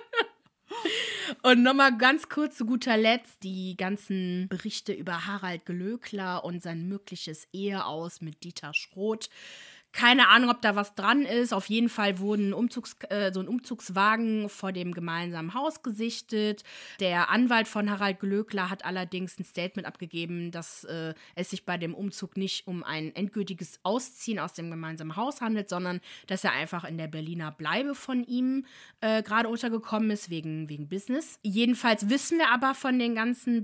Und nochmal ganz kurz zu guter Letzt die ganzen Berichte über Harald Glöckler und sein mögliches Eheaus mit Dieter Schroth. Keine Ahnung, ob da was dran ist. Auf jeden Fall wurden Umzugs, äh, so ein Umzugswagen vor dem gemeinsamen Haus gesichtet. Der Anwalt von Harald Glöckler hat allerdings ein Statement abgegeben, dass äh, es sich bei dem Umzug nicht um ein endgültiges Ausziehen aus dem gemeinsamen Haus handelt, sondern dass er einfach in der Berliner Bleibe von ihm äh, gerade untergekommen ist, wegen, wegen Business. Jedenfalls wissen wir aber von den ganzen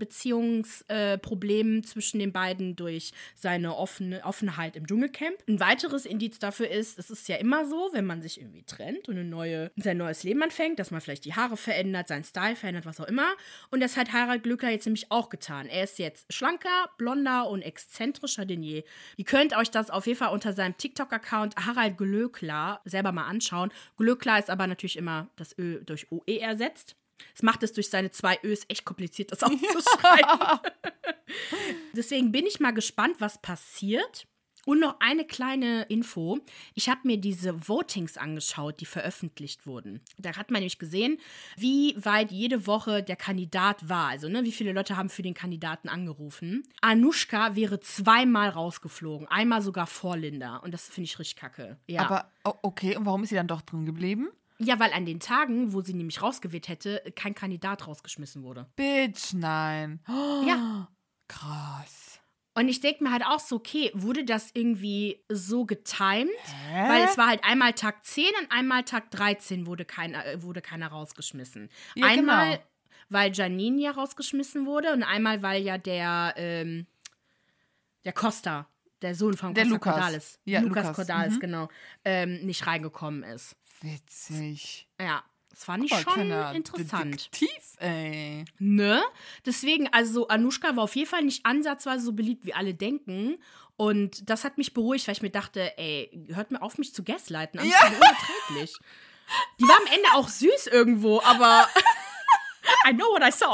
Beziehungsproblemen äh, zwischen den beiden durch seine offene, Offenheit im Dschungelcamp. Ein weiteres Indiz Indiz dafür ist, es ist ja immer so, wenn man sich irgendwie trennt und eine neue, sein neues Leben anfängt, dass man vielleicht die Haare verändert, seinen Style verändert, was auch immer. Und das hat Harald Glöckler jetzt nämlich auch getan. Er ist jetzt schlanker, blonder und exzentrischer denn je. Ihr könnt euch das auf jeden Fall unter seinem TikTok-Account Harald Glöckler selber mal anschauen. Glöckler ist aber natürlich immer das Ö durch O E ersetzt. Es macht es durch seine zwei Ös echt kompliziert, das auszuschreiben. Deswegen bin ich mal gespannt, was passiert. Und noch eine kleine Info. Ich habe mir diese Votings angeschaut, die veröffentlicht wurden. Da hat man nämlich gesehen, wie weit jede Woche der Kandidat war. Also, ne, wie viele Leute haben für den Kandidaten angerufen. Anushka wäre zweimal rausgeflogen. Einmal sogar vor Linda. Und das finde ich richtig kacke. Ja. Aber, okay, und warum ist sie dann doch drin geblieben? Ja, weil an den Tagen, wo sie nämlich rausgewählt hätte, kein Kandidat rausgeschmissen wurde. Bitch, nein. Oh, ja. Krass. Und ich denke mir halt auch so, okay, wurde das irgendwie so getimed? Hä? Weil es war halt einmal Tag zehn und einmal Tag dreizehn wurde keiner, wurde keiner rausgeschmissen. Ja, einmal, genau. Weil Janine ja rausgeschmissen wurde und einmal, weil ja der, ähm, der Costa, der Sohn von der Costa Lukas. Cordalis, ja, Lukas, Lukas Cordalis, mhm. genau, ähm, nicht reingekommen ist. Witzig. Ja. Das fand ich Boah, schon interessant. Detektiv, ey. Ne? Deswegen, also Anushka war auf jeden Fall nicht ansatzweise so beliebt, wie alle denken. Und das hat mich beruhigt, weil ich mir dachte, ey, hört mir auf, mich zu gaslighten. Angst ja. unerträglich. Die war am Ende auch süß irgendwo, aber I know what I saw.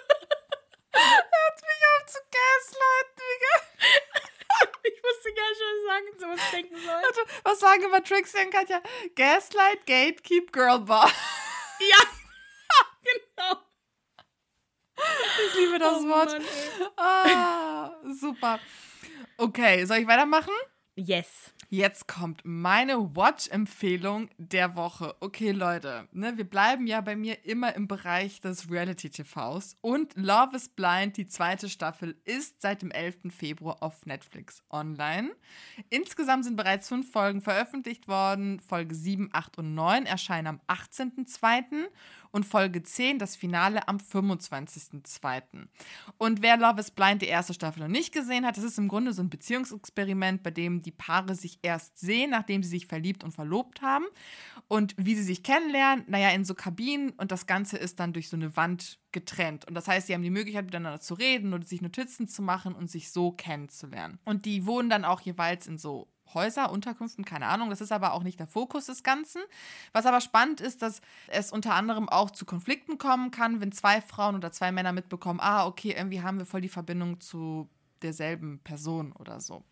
Hört mich auf zu gaslighten, ich wusste gar nicht, was ich sagen soll, was ich denken soll. Was sagen immer Trixie und Katja? Gaslight, Gatekeep, Girlbar. Ja, genau. Ich liebe das oh, Wort. Mann, ah, super. Okay, soll ich weitermachen? Yes. Jetzt kommt meine Watch-Empfehlung der Woche. Okay, Leute, ne, wir bleiben ja bei mir immer im Bereich des Reality-T Vs. Und Love is Blind, die zweite Staffel, ist seit dem elften Februar auf Netflix online. Insgesamt sind bereits fünf Folgen veröffentlicht worden. Folge sieben, acht und neun erscheinen am achtzehnten zweiten und Folge zehn, das Finale, am fünfundzwanzigsten zweiten Und wer Love is Blind, die erste Staffel, noch nicht gesehen hat, das ist im Grunde so ein Beziehungsexperiment, bei dem die Paare sich erst sehen, nachdem sie sich verliebt und verlobt haben. Und wie sie sich kennenlernen, naja, in so Kabinen, und das Ganze ist dann durch so eine Wand getrennt. Und das heißt, sie haben die Möglichkeit, miteinander zu reden oder sich Notizen zu machen und sich so kennenzulernen. Und die wohnen dann auch jeweils in so Häuser, Unterkünften, keine Ahnung. Das ist aber auch nicht der Fokus des Ganzen. Was aber spannend ist, dass es unter anderem auch zu Konflikten kommen kann, wenn zwei Frauen oder zwei Männer mitbekommen, ah, okay, irgendwie haben wir voll die Verbindung zu derselben Person oder so.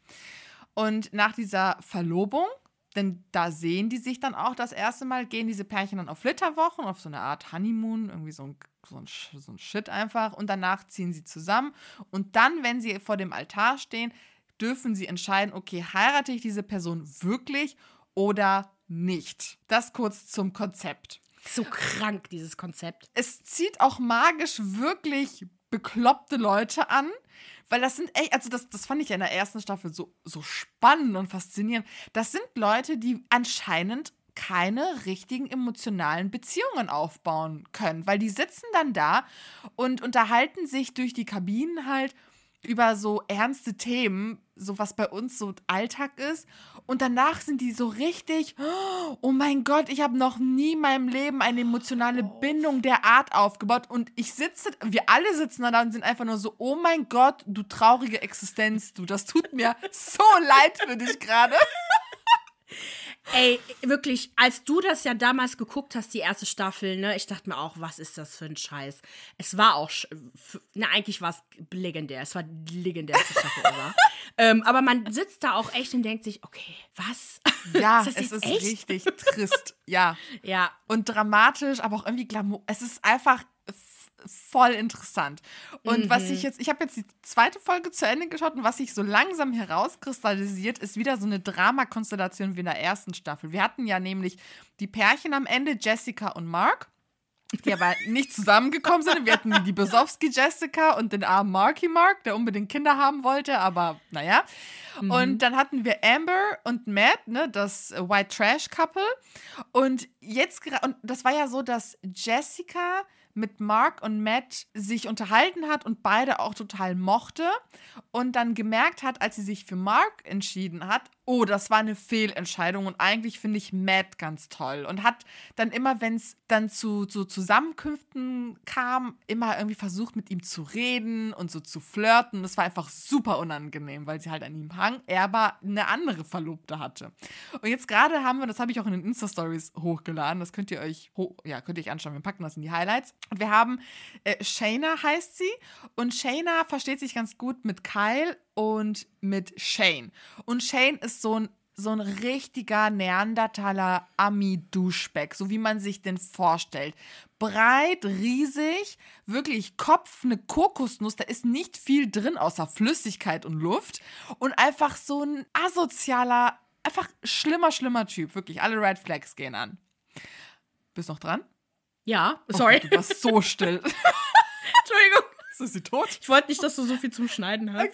Und nach dieser Verlobung, denn da sehen die sich dann auch das erste Mal, gehen diese Pärchen dann auf Flitterwochen, auf so eine Art Honeymoon, irgendwie so ein, so ein, so ein Shit einfach. Und danach ziehen sie zusammen. Und dann, wenn sie vor dem Altar stehen, dürfen sie entscheiden, okay, heirate ich diese Person wirklich oder nicht. Das kurz zum Konzept. So krank, dieses Konzept. Es zieht auch magisch wirklich bekloppte Leute an, weil das sind echt, also das, das fand ich ja in der ersten Staffel so, so spannend und faszinierend. Das sind Leute, die anscheinend keine richtigen emotionalen Beziehungen aufbauen können, weil die sitzen dann da und unterhalten sich durch die Kabinen halt über so ernste Themen, so was bei uns so Alltag ist. Und danach sind die so richtig, oh mein Gott, ich habe noch nie in meinem Leben eine emotionale Bindung der Art aufgebaut. Und ich sitze, wir alle sitzen da und sind einfach nur so, oh mein Gott, du traurige Existenz, du, das tut mir so leid für dich gerade. Ey, wirklich, als du das ja damals geguckt hast, die erste Staffel, ne, ich dachte mir auch, was ist das für ein Scheiß? Es war auch, ne, eigentlich war es legendär, es war die legendärste Staffel ever. ähm, aber man sitzt da auch echt und denkt sich, okay, was? Ja, ist es ist echt? richtig trist, ja. Ja. Und dramatisch, aber auch irgendwie glamour. Es ist einfach voll interessant. Und mhm. was ich jetzt, ich habe jetzt die zweite Folge zu Ende geschaut und was sich so langsam herauskristallisiert, ist wieder so eine Dramakonstellation wie in der ersten Staffel. Wir hatten ja nämlich die Pärchen am Ende, Jessica und Mark, die aber nicht zusammengekommen sind. Wir hatten die Besowski-Jessica und den armen Marky Mark, der unbedingt Kinder haben wollte, aber naja. Mhm. Und dann hatten wir Amber und Matt, ne, das White Trash Couple. Und jetzt, und das war ja so, dass Jessica mit Mark und Matt sich unterhalten hat und beide auch total mochte und dann gemerkt hat, als sie sich für Mark entschieden hat, oh, das war eine Fehlentscheidung und eigentlich finde ich Matt ganz toll. Und hat dann immer, wenn es dann zu so Zusammenkünften kam, immer irgendwie versucht, mit ihm zu reden und so zu flirten. Das war einfach super unangenehm, weil sie halt an ihm hang, er aber eine andere Verlobte hatte. Und jetzt gerade haben wir, das habe ich auch in den Insta-Stories hochgeladen, das könnt ihr euch, hoch, ja, könnt ihr euch anschauen, wir packen das in die Highlights. Und wir haben, äh, Shayna heißt sie und Shayna versteht sich ganz gut mit Kyle und mit Shane. Und Shane ist so ein, so ein richtiger Neandertaler Ami-Duschback, so wie man sich den vorstellt. Breit, riesig, wirklich Kopf, eine Kokosnuss, da ist nicht viel drin außer Flüssigkeit und Luft. Und einfach so ein asozialer, einfach schlimmer, schlimmer Typ. Wirklich, alle Red Flags gehen an. Bist du noch dran? Ja, sorry. Oh, du warst so still. Entschuldigung. Ist sie tot? Ich wollte nicht, dass du so viel zum Schneiden hast.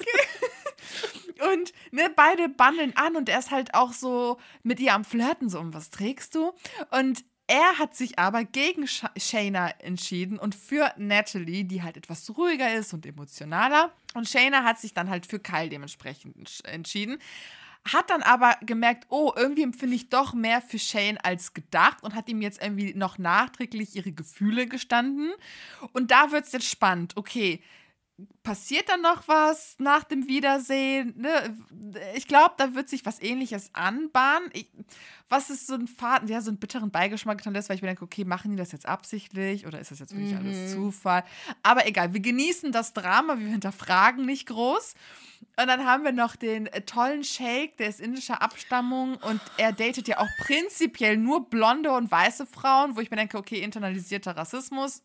Okay. Und ne, beide bandeln an und er ist halt auch so mit ihr am Flirten, so, um was trägst du? Und er hat sich aber gegen Sh- Shayna entschieden und für Natalie, die halt etwas ruhiger ist und emotionaler. Und Shayna hat sich dann halt für Kyle dementsprechend entschieden. Hat dann aber gemerkt, oh, irgendwie empfinde ich doch mehr für Shane als gedacht und hat ihm jetzt irgendwie noch nachträglich ihre Gefühle gestanden. Und da wird es jetzt spannend. Okay, passiert dann noch was nach dem Wiedersehen? Ne? Ich glaube, da wird sich was Ähnliches anbahnen. Ich, was ist so ein Faden, ja, so einen bitteren Beigeschmack hinterlässt, weil ich mir denke, okay, machen die das jetzt absichtlich oder ist das jetzt wirklich mhm. alles Zufall? Aber egal, wir genießen das Drama, wir hinterfragen nicht groß. Und dann haben wir noch den äh, tollen Shake, der ist indischer Abstammung und er datet ja auch prinzipiell nur blonde und weiße Frauen, wo ich mir denke, okay, internalisierter Rassismus.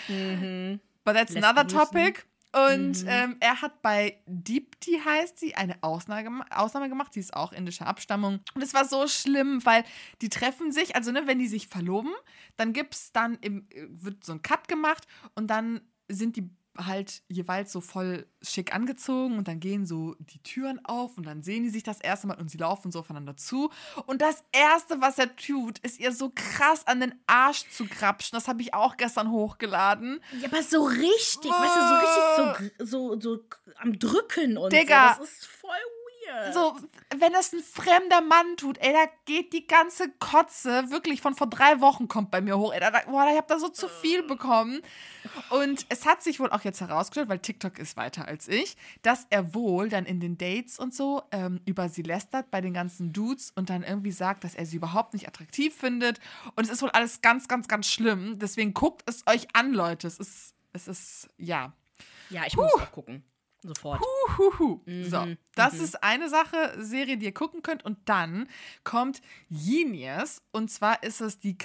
Mhm. But that's Lässt another grüßen. topic. Und Mhm. ähm, er hat bei Deepti, heißt sie, eine Ausnahme, Ausnahme gemacht. Die ist auch indischer Abstammung. Und es war so schlimm, weil die treffen sich, also ne, wenn die sich verloben, dann gibt's dann, im, wird so ein Cut gemacht und dann sind die halt jeweils so voll schick angezogen und dann gehen so die Türen auf und dann sehen die sich das erste Mal und sie laufen so aufeinander zu. Und das Erste, was er tut, ist ihr so krass an den Arsch zu krapschen. Das habe ich auch gestern hochgeladen. Ja, aber so richtig, oh. weißt du, so richtig so, so, so am Drücken und Digga, so. Das ist voll weird. So, wenn das ein fremder Mann tut, ey, da geht die ganze Kotze wirklich von vor drei Wochen kommt bei mir hoch. Ey, da, boah, ich habe da so zu viel bekommen. Und es hat sich wohl auch jetzt herausgestellt, weil TikTok ist weiter als ich, dass er wohl dann in den Dates und so ähm, über sie lästert bei den ganzen Dudes und dann irgendwie sagt, dass er sie überhaupt nicht attraktiv findet. Und es ist wohl alles ganz, ganz, ganz schlimm. Deswegen guckt es euch an, Leute. Es ist, es ist, ja. Ja, ich muss auch gucken. Sofort. Huh, huh, huh. Mhm, so, das mhm. ist eine Sache, Serie, die ihr gucken könnt. Und dann kommt Genius. Und zwar ist es die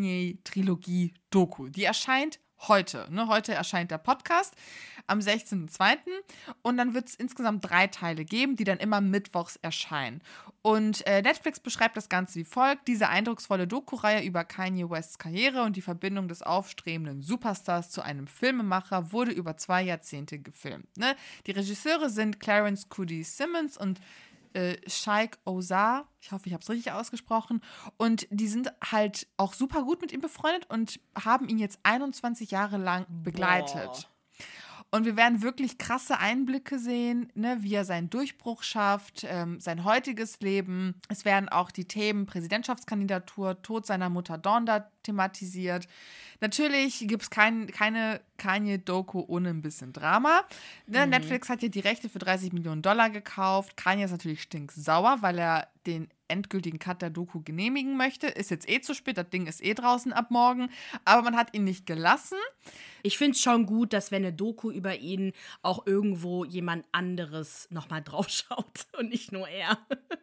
Kanye-Trilogie-Doku. Die erscheint heute. Ne? Heute erscheint der Podcast am sechzehnten zweiten Und dann wird es insgesamt drei Teile geben, die dann immer mittwochs erscheinen. Und äh, Netflix beschreibt das Ganze wie folgt. Diese eindrucksvolle Doku-Reihe über Kanye Wests Karriere und die Verbindung des aufstrebenden Superstars zu einem Filmemacher wurde über zwei Jahrzehnte gefilmt. Ne? Die Regisseure sind Clarence Cody Simmons und äh, Shaikh Ozar. Ich hoffe, ich habe es richtig ausgesprochen. Und die sind halt auch super gut mit ihm befreundet und haben ihn jetzt einundzwanzig Jahre lang begleitet. Boah. Und wir werden wirklich krasse Einblicke sehen, ne, wie er seinen Durchbruch schafft, ähm, sein heutiges Leben. Es werden auch die Themen Präsidentschaftskandidatur, Tod seiner Mutter Donda thematisiert. Natürlich gibt es kein, keine Kanye-Doku ohne ein bisschen Drama. Ne, mhm. Netflix hat ja die Rechte für dreißig Millionen Dollar gekauft. Kanye ist natürlich stinksauer, weil er den endgültigen Cut der Doku genehmigen möchte. Ist jetzt eh zu spät, das Ding ist eh draußen ab morgen. Aber man hat ihn nicht gelassen. Ich finde es schon gut, dass wenn eine Doku über ihn auch irgendwo jemand anderes nochmal draufschaut und nicht nur er.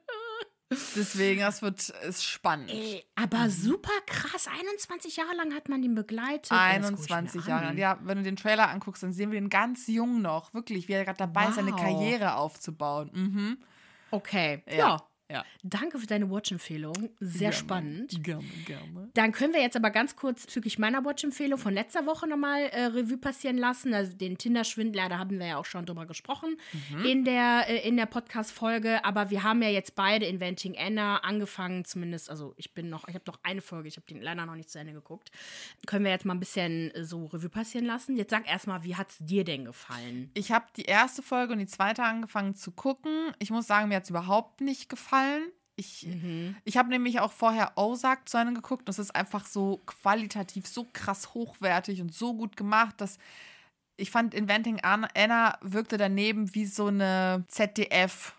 Deswegen, das wird ist spannend. Ey, aber super krass. einundzwanzig Jahre lang hat man ihn begleitet. einundzwanzig Jahre lang. Ja, wenn du den Trailer anguckst, dann sehen wir ihn ganz jung noch. Wirklich, wie er gerade dabei ist, wow. seine Karriere aufzubauen. Mhm. Okay, ja. ja. Ja. Danke für deine Watch-Empfehlung. Sehr gerne, spannend. Gerne, gerne. Dann können wir jetzt aber ganz kurz bezüglich meiner Watch-Empfehlung von letzter Woche nochmal äh, Revue passieren lassen. Also den Tinder-Schwindler, da haben wir ja auch schon drüber gesprochen mhm. in der, äh, in der Podcast-Folge. Aber wir haben ja jetzt beide Inventing Anna angefangen, zumindest, also ich bin noch, ich habe noch eine Folge, ich habe den leider noch nicht zu Ende geguckt. Können wir jetzt mal ein bisschen äh, so Revue passieren lassen. Jetzt sag erstmal, wie hat es dir denn gefallen? Ich habe die erste Folge und die zweite angefangen zu gucken. Ich muss sagen, mir hat es überhaupt nicht gefallen. Ich, mhm. ich habe nämlich auch vorher Ozark zu Ende geguckt. Das ist einfach so qualitativ, so krass hochwertig und so gut gemacht, dass ich fand, Inventing Anna wirkte daneben wie so eine Z D F-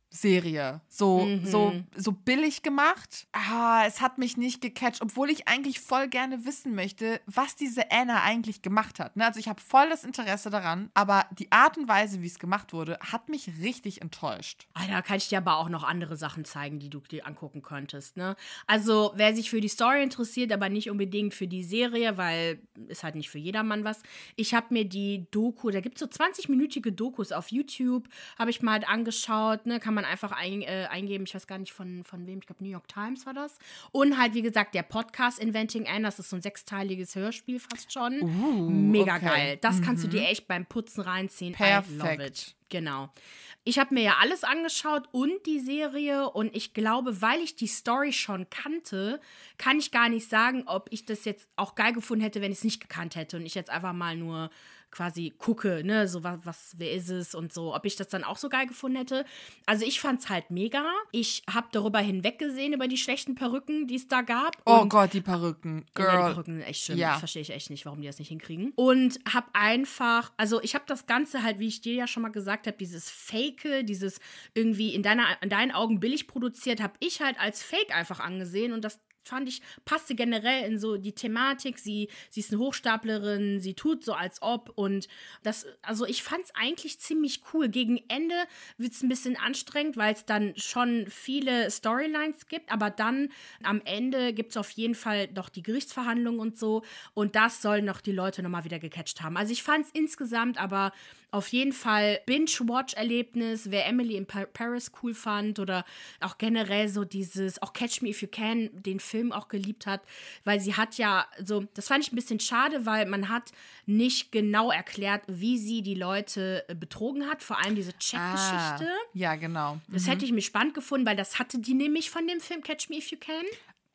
Serie. So, mhm. so, so billig gemacht. Ah, es hat mich nicht gecatcht, obwohl ich eigentlich voll gerne wissen möchte, was diese Anna eigentlich gemacht hat. Ne? Also ich habe voll das Interesse daran, aber die Art und Weise, wie es gemacht wurde, hat mich richtig enttäuscht. Ah, da kann ich dir aber auch noch andere Sachen zeigen, die du dir angucken könntest. Ne? Also wer sich für die Story interessiert, aber nicht unbedingt für die Serie, weil ist halt nicht für jedermann was. Ich habe mir die Doku, da gibt es so zwanzig-minütige Dokus auf YouTube, habe ich mal halt angeschaut, ne? Kann man einfach ein, äh, eingeben, ich weiß gar nicht von, von wem, ich glaube New York Times war das. Und halt, wie gesagt, der Podcast Inventing Anna, das ist so ein sechsteiliges Hörspiel fast schon. Uh, Mega okay. geil. Das mhm. kannst du dir echt beim Putzen reinziehen. Perfekt. I love it. Genau. Ich habe mir ja alles angeschaut und die Serie und ich glaube, weil ich die Story schon kannte, kann ich gar nicht sagen, ob ich das jetzt auch geil gefunden hätte, wenn ich es nicht gekannt hätte und ich jetzt einfach mal nur quasi gucke, ne, so was, was, wer ist es und so, ob ich das dann auch so geil gefunden hätte. Also ich fand's halt mega. Ich habe darüber hinweggesehen, über die schlechten Perücken, die es da gab. Oh Gott, die Perücken. Girl. Ja, die Perücken, echt schlimm. Ja. Das verstehe ich echt nicht, warum die das nicht hinkriegen. Und habe einfach, also ich habe das Ganze halt, wie ich dir ja schon mal gesagt habe, dieses Fake, dieses irgendwie in, deiner, in deinen Augen billig produziert, habe ich halt als Fake einfach angesehen und das fand ich, passte generell in so die Thematik. Sie, sie ist eine Hochstaplerin, sie tut so, als ob. Und das, also ich fand es eigentlich ziemlich cool. Gegen Ende wird es ein bisschen anstrengend, weil es dann schon viele Storylines gibt. Aber dann am Ende gibt es auf jeden Fall noch die Gerichtsverhandlungen und so. Und das sollen noch die Leute nochmal wieder gecatcht haben. Also ich fand es insgesamt aber auf jeden Fall Binge-Watch-Erlebnis, wer Emily in Paris cool fand oder auch generell so dieses, auch Catch Me If You Can, den Film auch geliebt hat, weil sie hat ja so, das fand ich ein bisschen schade, weil man hat nicht genau erklärt, wie sie die Leute betrogen hat, vor allem diese Check-Geschichte. Ah, ja, genau. Das mhm. hätte ich mir spannend gefunden, weil das hatte die nämlich von dem Film Catch Me If You Can.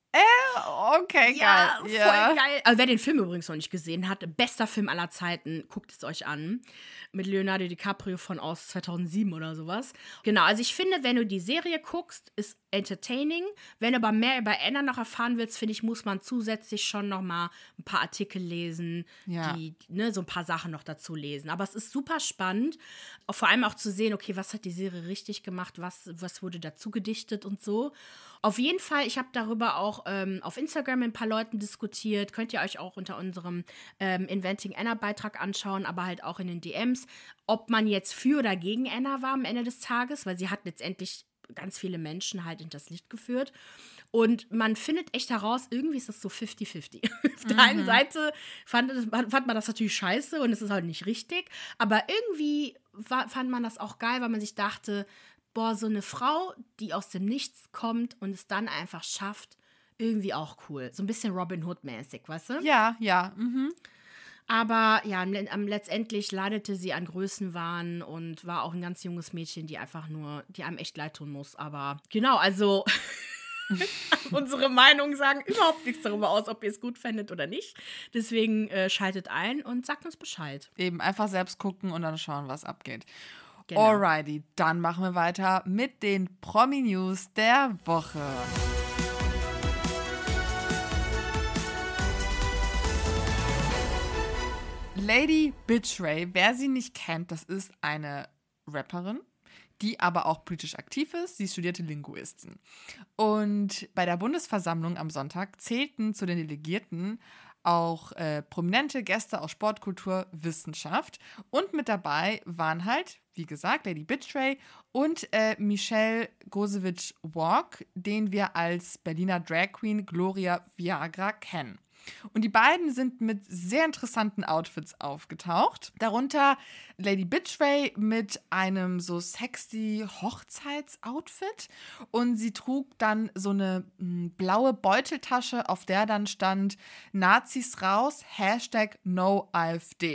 Äh, okay, ja, geil. Ja, voll geil. Also wer den Film übrigens noch nicht gesehen hat, bester Film aller Zeiten, guckt es euch an. Mit Leonardo DiCaprio von aus zweitausendsieben oder sowas. Genau, also ich finde, wenn du die Serie guckst, ist entertaining. Wenn du aber mehr über Anna noch erfahren willst, finde ich, muss man zusätzlich schon noch mal ein paar Artikel lesen, ja. die, ne, so ein paar Sachen noch dazu lesen. Aber es ist super spannend, auch vor allem auch zu sehen, okay, was hat die Serie richtig gemacht, was, was wurde dazu gedichtet und so. Auf jeden Fall, ich habe darüber auch ähm, auf Instagram mit ein paar Leuten diskutiert. Könnt ihr euch auch unter unserem ähm, Inventing Anna Beitrag anschauen, aber halt auch in den D Ms, ob man jetzt für oder gegen Anna war am Ende des Tages, weil sie hat letztendlich ganz viele Menschen halt hinters Licht geführt. Und man findet echt heraus, irgendwie ist das so fifty fifty. Auf der mhm. einen Seite fand, fand man das natürlich scheiße und es ist halt nicht richtig, aber irgendwie war, fand man das auch geil, weil man sich dachte, boah, so eine Frau, die aus dem Nichts kommt und es dann einfach schafft, irgendwie auch cool. So ein bisschen Robin Hood-mäßig, weißt du? Ja, ja. Mhm. Aber ja, letztendlich leidete sie an Größenwahn und war auch ein ganz junges Mädchen, die einfach nur, die einem echt leid tun muss. Aber genau, also unsere Meinungen sagen überhaupt nichts darüber aus, ob ihr es gut fändet oder nicht. Deswegen äh, schaltet ein und sagt uns Bescheid. Eben einfach selbst gucken und dann schauen, was abgeht. Genau. Alrighty, dann machen wir weiter mit den Promi-News der Woche. Lady Bitchray, wer sie nicht kennt, das ist eine Rapperin, die aber auch politisch aktiv ist. Sie studierte Linguistin. Und bei der Bundesversammlung am Sonntag zählten zu den Delegierten auch äh, prominente Gäste aus Sport, Kultur, Wissenschaft. Und mit dabei waren halt, wie gesagt, Lady Bitchray und äh, Michelle Gosewicz-Walk, den wir als Berliner Drag Queen Gloria Viagra kennen. Und die beiden sind mit sehr interessanten Outfits aufgetaucht. Darunter Lady Bitchray mit einem so sexy Hochzeitsoutfit. Und sie trug dann so eine m, blaue Beuteltasche, auf der dann stand Nazis raus, Hashtag No AfD.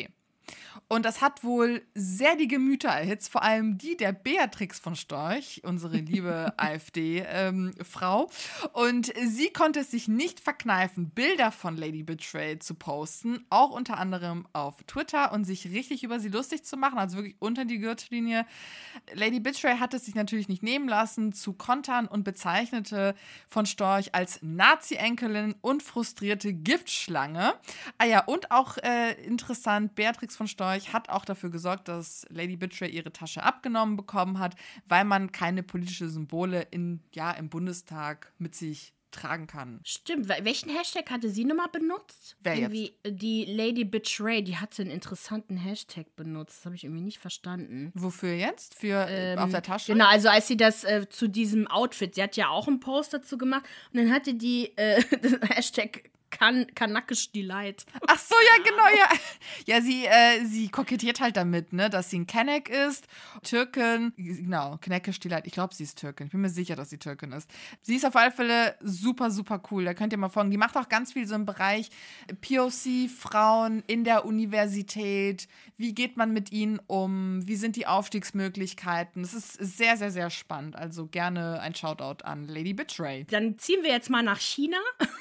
Und das hat wohl sehr die Gemüter erhitzt, vor allem die der Beatrix von Storch, unsere liebe AfD-Frau. Ähm, und sie konnte es sich nicht verkneifen, Bilder von Lady Betray zu posten, auch unter anderem auf Twitter und sich richtig über sie lustig zu machen, also wirklich unter die Gürtellinie. Lady Betray hat es sich natürlich nicht nehmen lassen, zu kontern und bezeichnete von Storch als Nazi-Enkelin und frustrierte Giftschlange. Ah ja, und auch äh, interessant, Beatrix von Storch hat auch dafür gesorgt, dass Lady Betray ihre Tasche abgenommen bekommen hat, weil man keine politischen Symbole in, ja, im Bundestag mit sich tragen kann. Stimmt. Welchen Hashtag hatte sie nochmal benutzt? Wer irgendwie jetzt? Die Lady Betray, die hatte einen interessanten Hashtag benutzt. Das habe ich irgendwie nicht verstanden. Wofür jetzt? Für ähm, auf der Tasche? Genau, also als sie das äh, zu diesem Outfit, sie hat ja auch einen Post dazu gemacht und dann hatte die äh, Hashtag Kan Kanakisch Delight. Ach so, ja, genau, ja. Ja, sie, äh, sie kokettiert halt damit, ne, dass sie ein Kanek ist, Türkin, genau, Kanakisch Delight. Ich glaube, sie ist Türkin. Ich bin mir sicher, dass sie Türkin ist. Sie ist auf alle Fälle super, super cool. Da könnt ihr mal folgen. Die macht auch ganz viel so im Bereich P O C, Frauen in der Universität. Wie geht man mit ihnen um? Wie sind die Aufstiegsmöglichkeiten? Das ist sehr, sehr, sehr spannend. Also gerne ein Shoutout an Lady Betray. Dann ziehen wir jetzt mal nach China.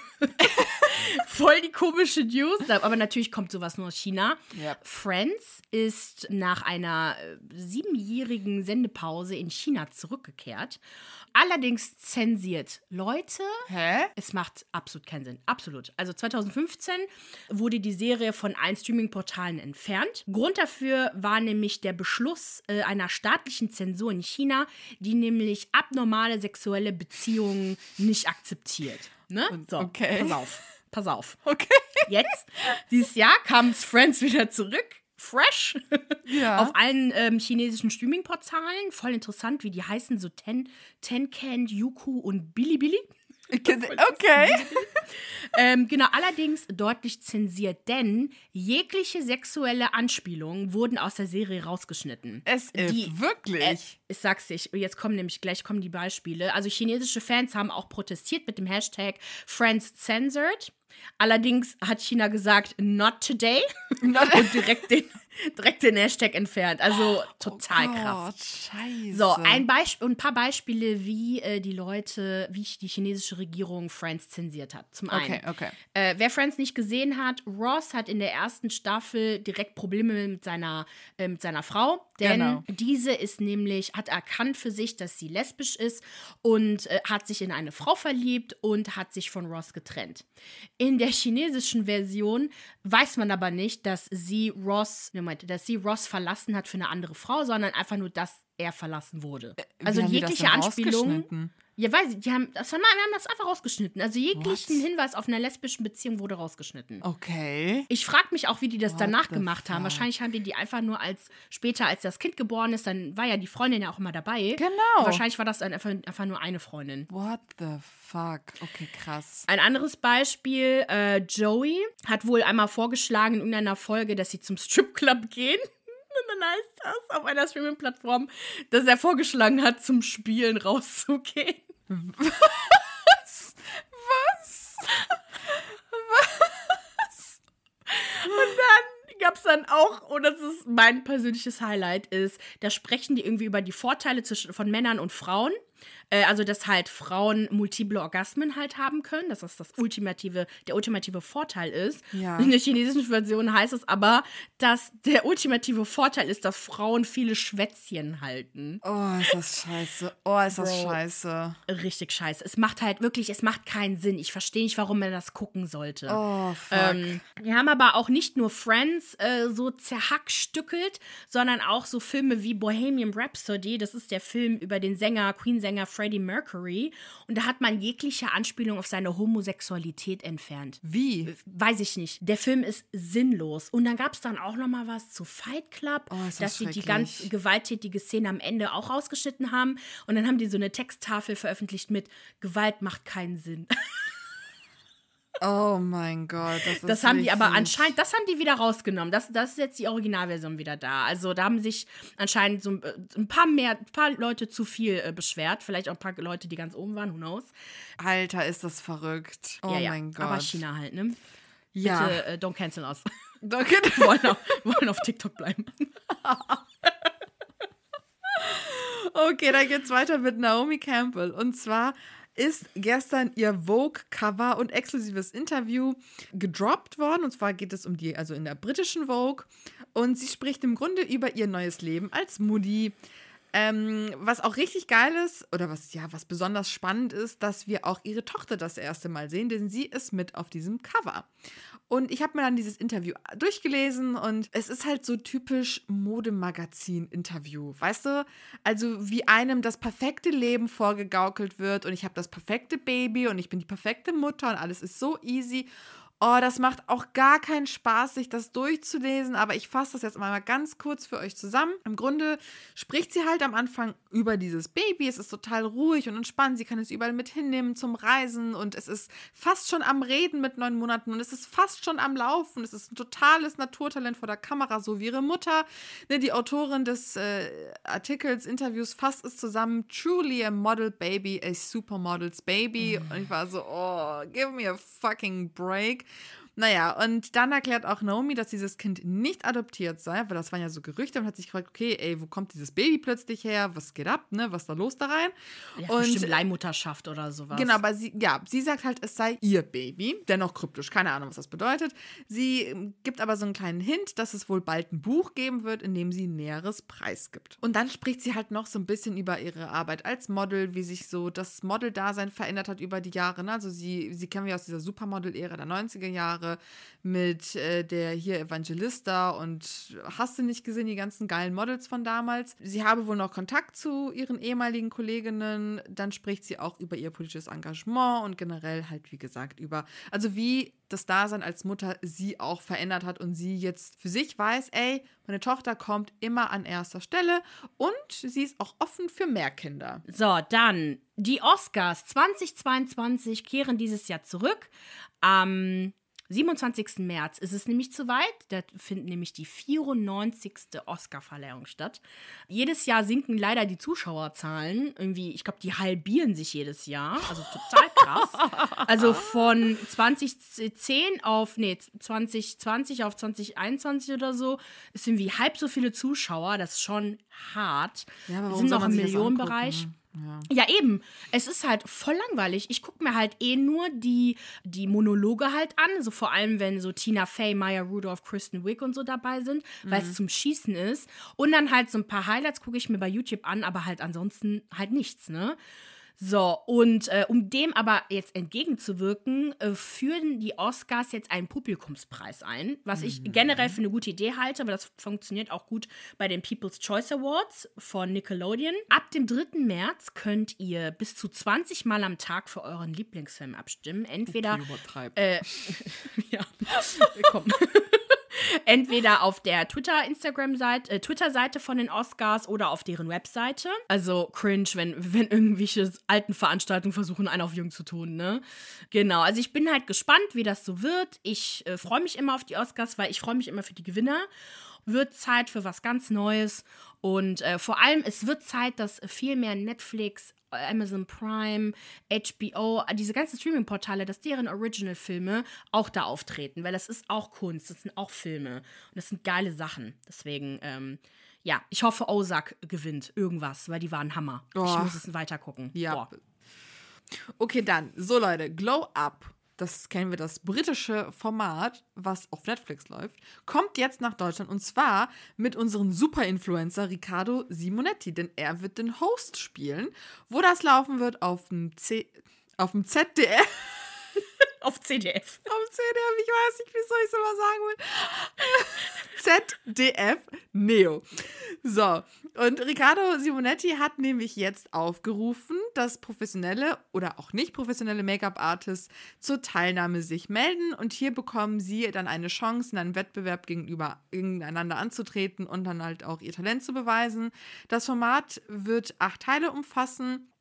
Voll die komische News, aber natürlich kommt sowas nur aus China. Yep. Friends ist nach einer äh, siebenjährigen Sendepause in China zurückgekehrt. Allerdings zensiert. Leute, Hä? Es macht absolut keinen Sinn. Absolut. Also zwanzig fünfzehn wurde die Serie von allen Streaming-Portalen entfernt. Grund dafür war nämlich der Beschluss äh, einer staatlichen Zensur in China, die nämlich abnormale sexuelle Beziehungen nicht akzeptiert. Ne? So, okay. pass auf. Pass auf. Okay. Jetzt, dieses Jahr, kam Friends wieder zurück. Fresh. Ja. Auf allen ähm, chinesischen Streaming-Portalen. Voll interessant, wie die heißen. So Ten, Tencent, Youku und Bilibili. Okay. ähm, genau, allerdings deutlich zensiert, denn jegliche sexuelle Anspielungen wurden aus der Serie rausgeschnitten. Es ist die, wirklich. Äh, ich sag's dir, jetzt kommen nämlich gleich kommen die Beispiele. Also chinesische Fans haben auch protestiert mit dem Hashtag Friends Censored. Allerdings hat China gesagt, not today. Not und direkt den, direkt den Hashtag entfernt. Also total oh Gott, krass. Scheiße. So, ein, Beisp- ein paar Beispiele, wie äh, die Leute, wie die chinesische Regierung Friends zensiert hat. Zum einen, Okay, okay. Äh, wer Friends nicht gesehen hat, Ross hat in der ersten Staffel direkt Probleme mit seiner, äh, mit seiner Frau. Denn Genau. diese ist nämlich, hat erkannt für sich, dass sie lesbisch ist und äh, hat sich in eine Frau verliebt und hat sich von Ross getrennt. In der chinesischen Version weiß man aber nicht, dass sie Ross, ne, Moment, dass sie Ross verlassen hat für eine andere Frau, sondern einfach nur, dass er verlassen wurde. Also Wie haben die das jegliche denn Anspielung. rausgeschnitten? Ja, weiß ich, die haben das, wir haben das einfach rausgeschnitten. Also jeglichen What? Hinweis auf eine lesbische Beziehung wurde rausgeschnitten. Okay. Ich frage mich auch, wie die das What danach the gemacht fuck? haben. Wahrscheinlich haben die die einfach nur als, später als das Kind geboren ist, dann war ja die Freundin ja auch immer dabei. Genau. Und wahrscheinlich war das dann einfach, einfach nur eine Freundin. What the fuck? Okay, krass. Ein anderes Beispiel, äh, Joey hat wohl einmal vorgeschlagen in irgendeiner Folge, dass sie zum Stripclub gehen. Und dann heißt das auf einer Streaming-Plattform, dass er vorgeschlagen hat, zum Spielen rauszugehen. Was? Was? Was? Und dann gab es dann auch, und das ist mein persönliches Highlight, ist, da sprechen die irgendwie über die Vorteile zwischen, von Männern und Frauen. Äh, also, dass halt Frauen multiple Orgasmen halt haben können, dass das, das ultimative, der ultimative Vorteil ist. Ja. In der chinesischen Version heißt es aber, dass der ultimative Vorteil ist, dass Frauen viele Schwätzchen halten. Oh, ist das scheiße. Oh, ist das Bro. scheiße. Richtig scheiße. Es macht halt wirklich, es macht keinen Sinn. Ich verstehe nicht, warum man das gucken sollte. Oh, fuck. Ähm, wir haben aber auch nicht nur Friends äh, so zerhackstückelt, sondern auch so Filme wie Bohemian Rhapsody. Das ist der Film über den Sänger, Queen-Sänger Freddie Mercury. Und da hat man jegliche Anspielung auf seine Homosexualität entfernt. Wie? Weiß ich nicht. Der Film ist sinnlos. Und dann gab es dann auch noch mal was zu Fight Club, Oh, ist das dass sie die schrecklich. ganz gewalttätige Szene am Ende auch rausgeschnitten haben. Und dann haben die so eine Texttafel veröffentlicht mit Gewalt macht keinen Sinn. Oh mein Gott. Das, ist Das haben die aber wirklich- anscheinend, das haben die wieder rausgenommen. Das, das ist jetzt die Originalversion wieder da. Also da haben sich anscheinend so äh, ein paar mehr, ein paar Leute zu viel äh, beschwert. Vielleicht auch ein paar Leute, die ganz oben waren, who knows. Alter, ist das verrückt. Oh ja, ja. mein Gott. Aber China halt, ne? Ja. Bitte äh, don't cancel us. Okay. Wir wollen auf, wollen auf TikTok bleiben. Okay, dann geht's weiter mit Naomi Campbell. Und zwar ist gestern ihr Vogue-Cover und exklusives Interview gedroppt worden. Und zwar geht es um die, also in der britischen Vogue. Und sie spricht im Grunde über ihr neues Leben als Mutti. Ähm, was auch richtig geil ist, oder was, ja, was besonders spannend ist, dass wir auch ihre Tochter das erste Mal sehen, denn sie ist mit auf diesem Cover. Und ich habe mir dann dieses Interview durchgelesen und es ist halt so typisch Modemagazin-Interview, weißt du? Also wie einem das perfekte Leben vorgegaukelt wird und ich habe das perfekte Baby und ich bin die perfekte Mutter und alles ist so easy. Oh, das macht auch gar keinen Spaß, sich das durchzulesen, aber ich fasse das jetzt mal ganz kurz für euch zusammen. Im Grunde spricht sie halt am Anfang über dieses Baby. Es ist total ruhig und entspannt. Sie kann es überall mit hinnehmen zum Reisen und es ist fast schon am Reden mit neun Monaten und es ist fast schon am Laufen. Es ist ein totales Naturtalent vor der Kamera, so wie ihre Mutter. Ne, die Autorin des äh, Artikels, Interviews fasst es zusammen. Truly a model baby, a supermodel's baby. Und ich war so, oh, give me a fucking break. Naja, und dann erklärt auch Naomi, dass dieses Kind nicht adoptiert sei, weil das waren ja so Gerüchte und hat sich gefragt, okay, ey, wo kommt dieses Baby plötzlich her? Was geht ab, ne? Was ist da los da rein? Ja, und bestimmt Leihmutterschaft oder sowas. Genau, aber sie, ja, sie sagt halt, es sei ihr Baby, dennoch kryptisch, keine Ahnung, was das bedeutet. Sie gibt aber so einen kleinen Hint, dass es wohl bald ein Buch geben wird, in dem sie Näheres preisgibt. Und dann spricht sie halt noch so ein bisschen über ihre Arbeit als Model, wie sich so das Model-Dasein verändert hat über die Jahre. Ne? Also sie, sie kennen wir aus dieser Supermodel-Ära der neunziger Jahre mit äh, der hier Evangelista und hast du nicht gesehen, die ganzen geilen Models von damals. Sie habe wohl noch Kontakt zu ihren ehemaligen Kolleginnen. Dann spricht sie auch über ihr politisches Engagement und generell halt, wie gesagt, über, also wie das Dasein als Mutter sie auch verändert hat und sie jetzt für sich weiß, ey, meine Tochter kommt immer an erster Stelle und sie ist auch offen für mehr Kinder. So, dann die Oscars zweitausendzweiundzwanzig kehren dieses Jahr zurück. Am ähm, siebenundzwanzigsten März ist es nämlich soweit. Da findet nämlich die vierundneunzigste Oscar-Verleihung statt. Jedes Jahr sinken leider die Zuschauerzahlen. Irgendwie, ich glaube, die halbieren sich jedes Jahr. Also total krass. Also von zwanzig zehn auf, nee, zwanzig zwanzig auf zwanzig einundzwanzig oder so, ist irgendwie halb so viele Zuschauer. Das ist schon hart. Ja, aber Wir warum sind soll noch man im sich das Millionenbereich. angucken? Ja. Ja, eben. Es ist halt voll langweilig. Ich gucke mir halt eh nur die, die Monologe halt an. So vor allem, wenn so Tina Fey, Maya Rudolph, Kristen Wiig und so dabei sind, mhm. weil es zum Schießen ist. Und dann halt so ein paar Highlights gucke ich mir bei YouTube an, aber halt ansonsten halt nichts, ne? So, und äh, um dem aber jetzt entgegenzuwirken, äh, führen die Oscars jetzt einen Publikumspreis ein, was ich mhm. generell für eine gute Idee halte, weil das funktioniert auch gut bei den People's Choice Awards von Nickelodeon. Ab dem dritten März könnt ihr bis zu zwanzig Mal am Tag für euren Lieblingsfilm abstimmen. Entweder okay, übertreib. Äh, ja, willkommen. Entweder auf der Twitter, Instagram-Seite, äh, Twitter-Seite von den Oscars oder auf deren Webseite. Also cringe, wenn, wenn irgendwelche alten Veranstaltungen versuchen, einen auf jung zu tun, ne? Genau, also ich bin halt gespannt, wie das so wird. Ich äh, freue mich immer auf die Oscars, weil ich freue mich immer für die Gewinner. Wird Zeit für was ganz Neues. Und äh, vor allem, es wird Zeit, dass viel mehr Netflix, Amazon Prime, H B O, diese ganzen Streaming-Portale, dass deren Original-Filme auch da auftreten, weil das ist auch Kunst, das sind auch Filme und das sind geile Sachen. Deswegen, ähm, ja, ich hoffe, Ozark gewinnt irgendwas, weil die waren Hammer. Oh. Ich muss es weiter gucken. Ja. Boah. Okay, dann, so Leute, Glow Up. Das kennen wir, das britische Format, was auf Netflix läuft, kommt jetzt nach Deutschland und zwar mit unserem Super-Influencer Riccardo Simonetti, denn er wird den Host spielen, wo das laufen wird auf dem C- auf dem Z D F. Auf C D F. Auf C D F, ich weiß nicht, wieso ich es immer sagen will. Z D F Neo. So, und Riccardo Simonetti hat nämlich jetzt aufgerufen, dass professionelle oder auch nicht professionelle Make-up-Artists zur Teilnahme sich melden und hier bekommen sie dann eine Chance, in einem Wettbewerb gegenüber gegeneinander anzutreten und dann halt auch ihr Talent zu beweisen. Das Format wird acht Teile umfassen.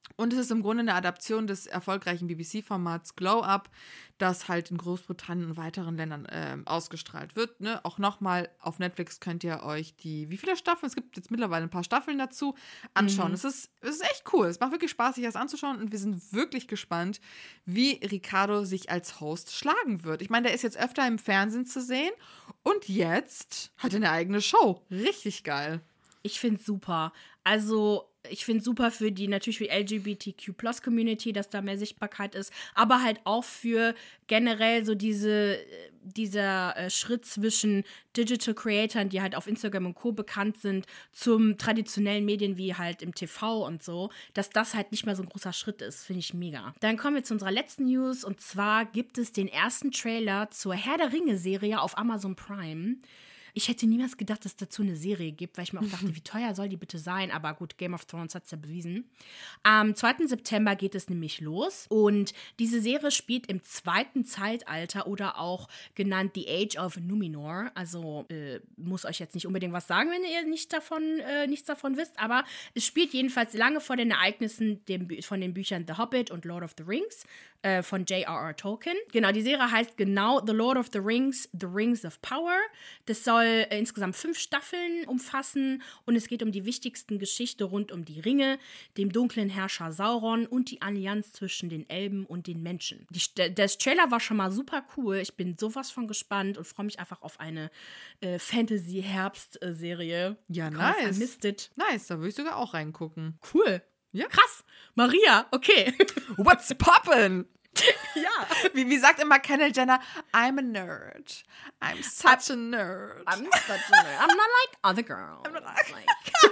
Und es ist im Grunde eine Adaption des erfolgreichen B B C-Formats Glow Up, das halt in Großbritannien und weiteren Ländern äh, ausgestrahlt wird. Ne? Auch nochmal auf Netflix könnt ihr euch die, wie viele Staffeln? Es gibt jetzt mittlerweile ein paar Staffeln dazu, anschauen. Mhm. Es ist, es ist echt cool. Es macht wirklich Spaß, sich das anzuschauen. Und wir sind wirklich gespannt, wie Ricardo sich als Host schlagen wird. Ich meine, der ist jetzt öfter im Fernsehen zu sehen. Und jetzt hat er eine eigene Show. Richtig geil. Ich finde es super. Also ich finde es super für die, natürlich für die L G B T Q Plus Community, dass da mehr Sichtbarkeit ist, aber halt auch für generell so diese, dieser äh, Schritt zwischen Digital Creatoren, die halt auf Instagram und Co. bekannt sind, zum traditionellen Medien wie halt im T V und so, dass das halt nicht mehr so ein großer Schritt ist, finde ich mega. Dann kommen wir zu unserer letzten News und zwar gibt es den ersten Trailer zur Herr der Ringe-Serie auf Amazon Prime. Ich hätte niemals gedacht, dass es dazu eine Serie gibt, weil ich mir auch dachte, wie teuer soll die bitte sein? Aber gut, Game of Thrones hat es ja bewiesen. Am zweiten September geht es nämlich los. Und diese Serie spielt im zweiten Zeitalter oder auch genannt The Age of Numenor. Also äh, muss euch jetzt nicht unbedingt was sagen, wenn ihr nicht davon, äh, nichts davon wisst. Aber es spielt jedenfalls lange vor den Ereignissen dem, von den Büchern The Hobbit und Lord of the Rings äh, von J R R Tolkien. Genau, die Serie heißt genau The Lord of the Rings, The Rings of Power. Das soll äh, insgesamt fünf Staffeln umfassen und es geht um die wichtigsten Geschichte rund um die Ringe, dem dunklen Herrscher Sauron und die Allianz zwischen den Elben und den Menschen. Die, das Trailer war schon mal super cool. Ich bin sowas von gespannt und freue mich einfach auf eine äh, Fantasy-Herbst-Serie. Ja, nice. Misted. Nice, da würde ich sogar auch reingucken. Cool. Ja. Krass. Maria, okay. What's poppin'? Ja. Wie, wie sagt immer Kendall Jenner, I'm a nerd. I'm such a nerd. I'm such a nerd. I'm not like other girls. I'm not like...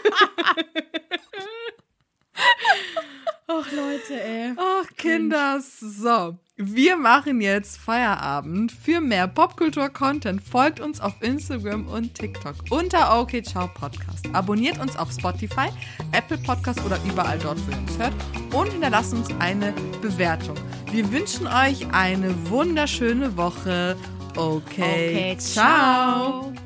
Ach, Leute, ey. Ach, Kinders. So, wir machen jetzt Feierabend. Für mehr Popkultur-Content folgt uns auf Instagram und TikTok unter Okay Ciao Podcast. Abonniert uns auf Spotify, Apple Podcast oder überall dort, wo ihr uns hört. Und hinterlasst uns eine Bewertung. Wir wünschen euch eine wunderschöne Woche. Okay, okay ciao. ciao.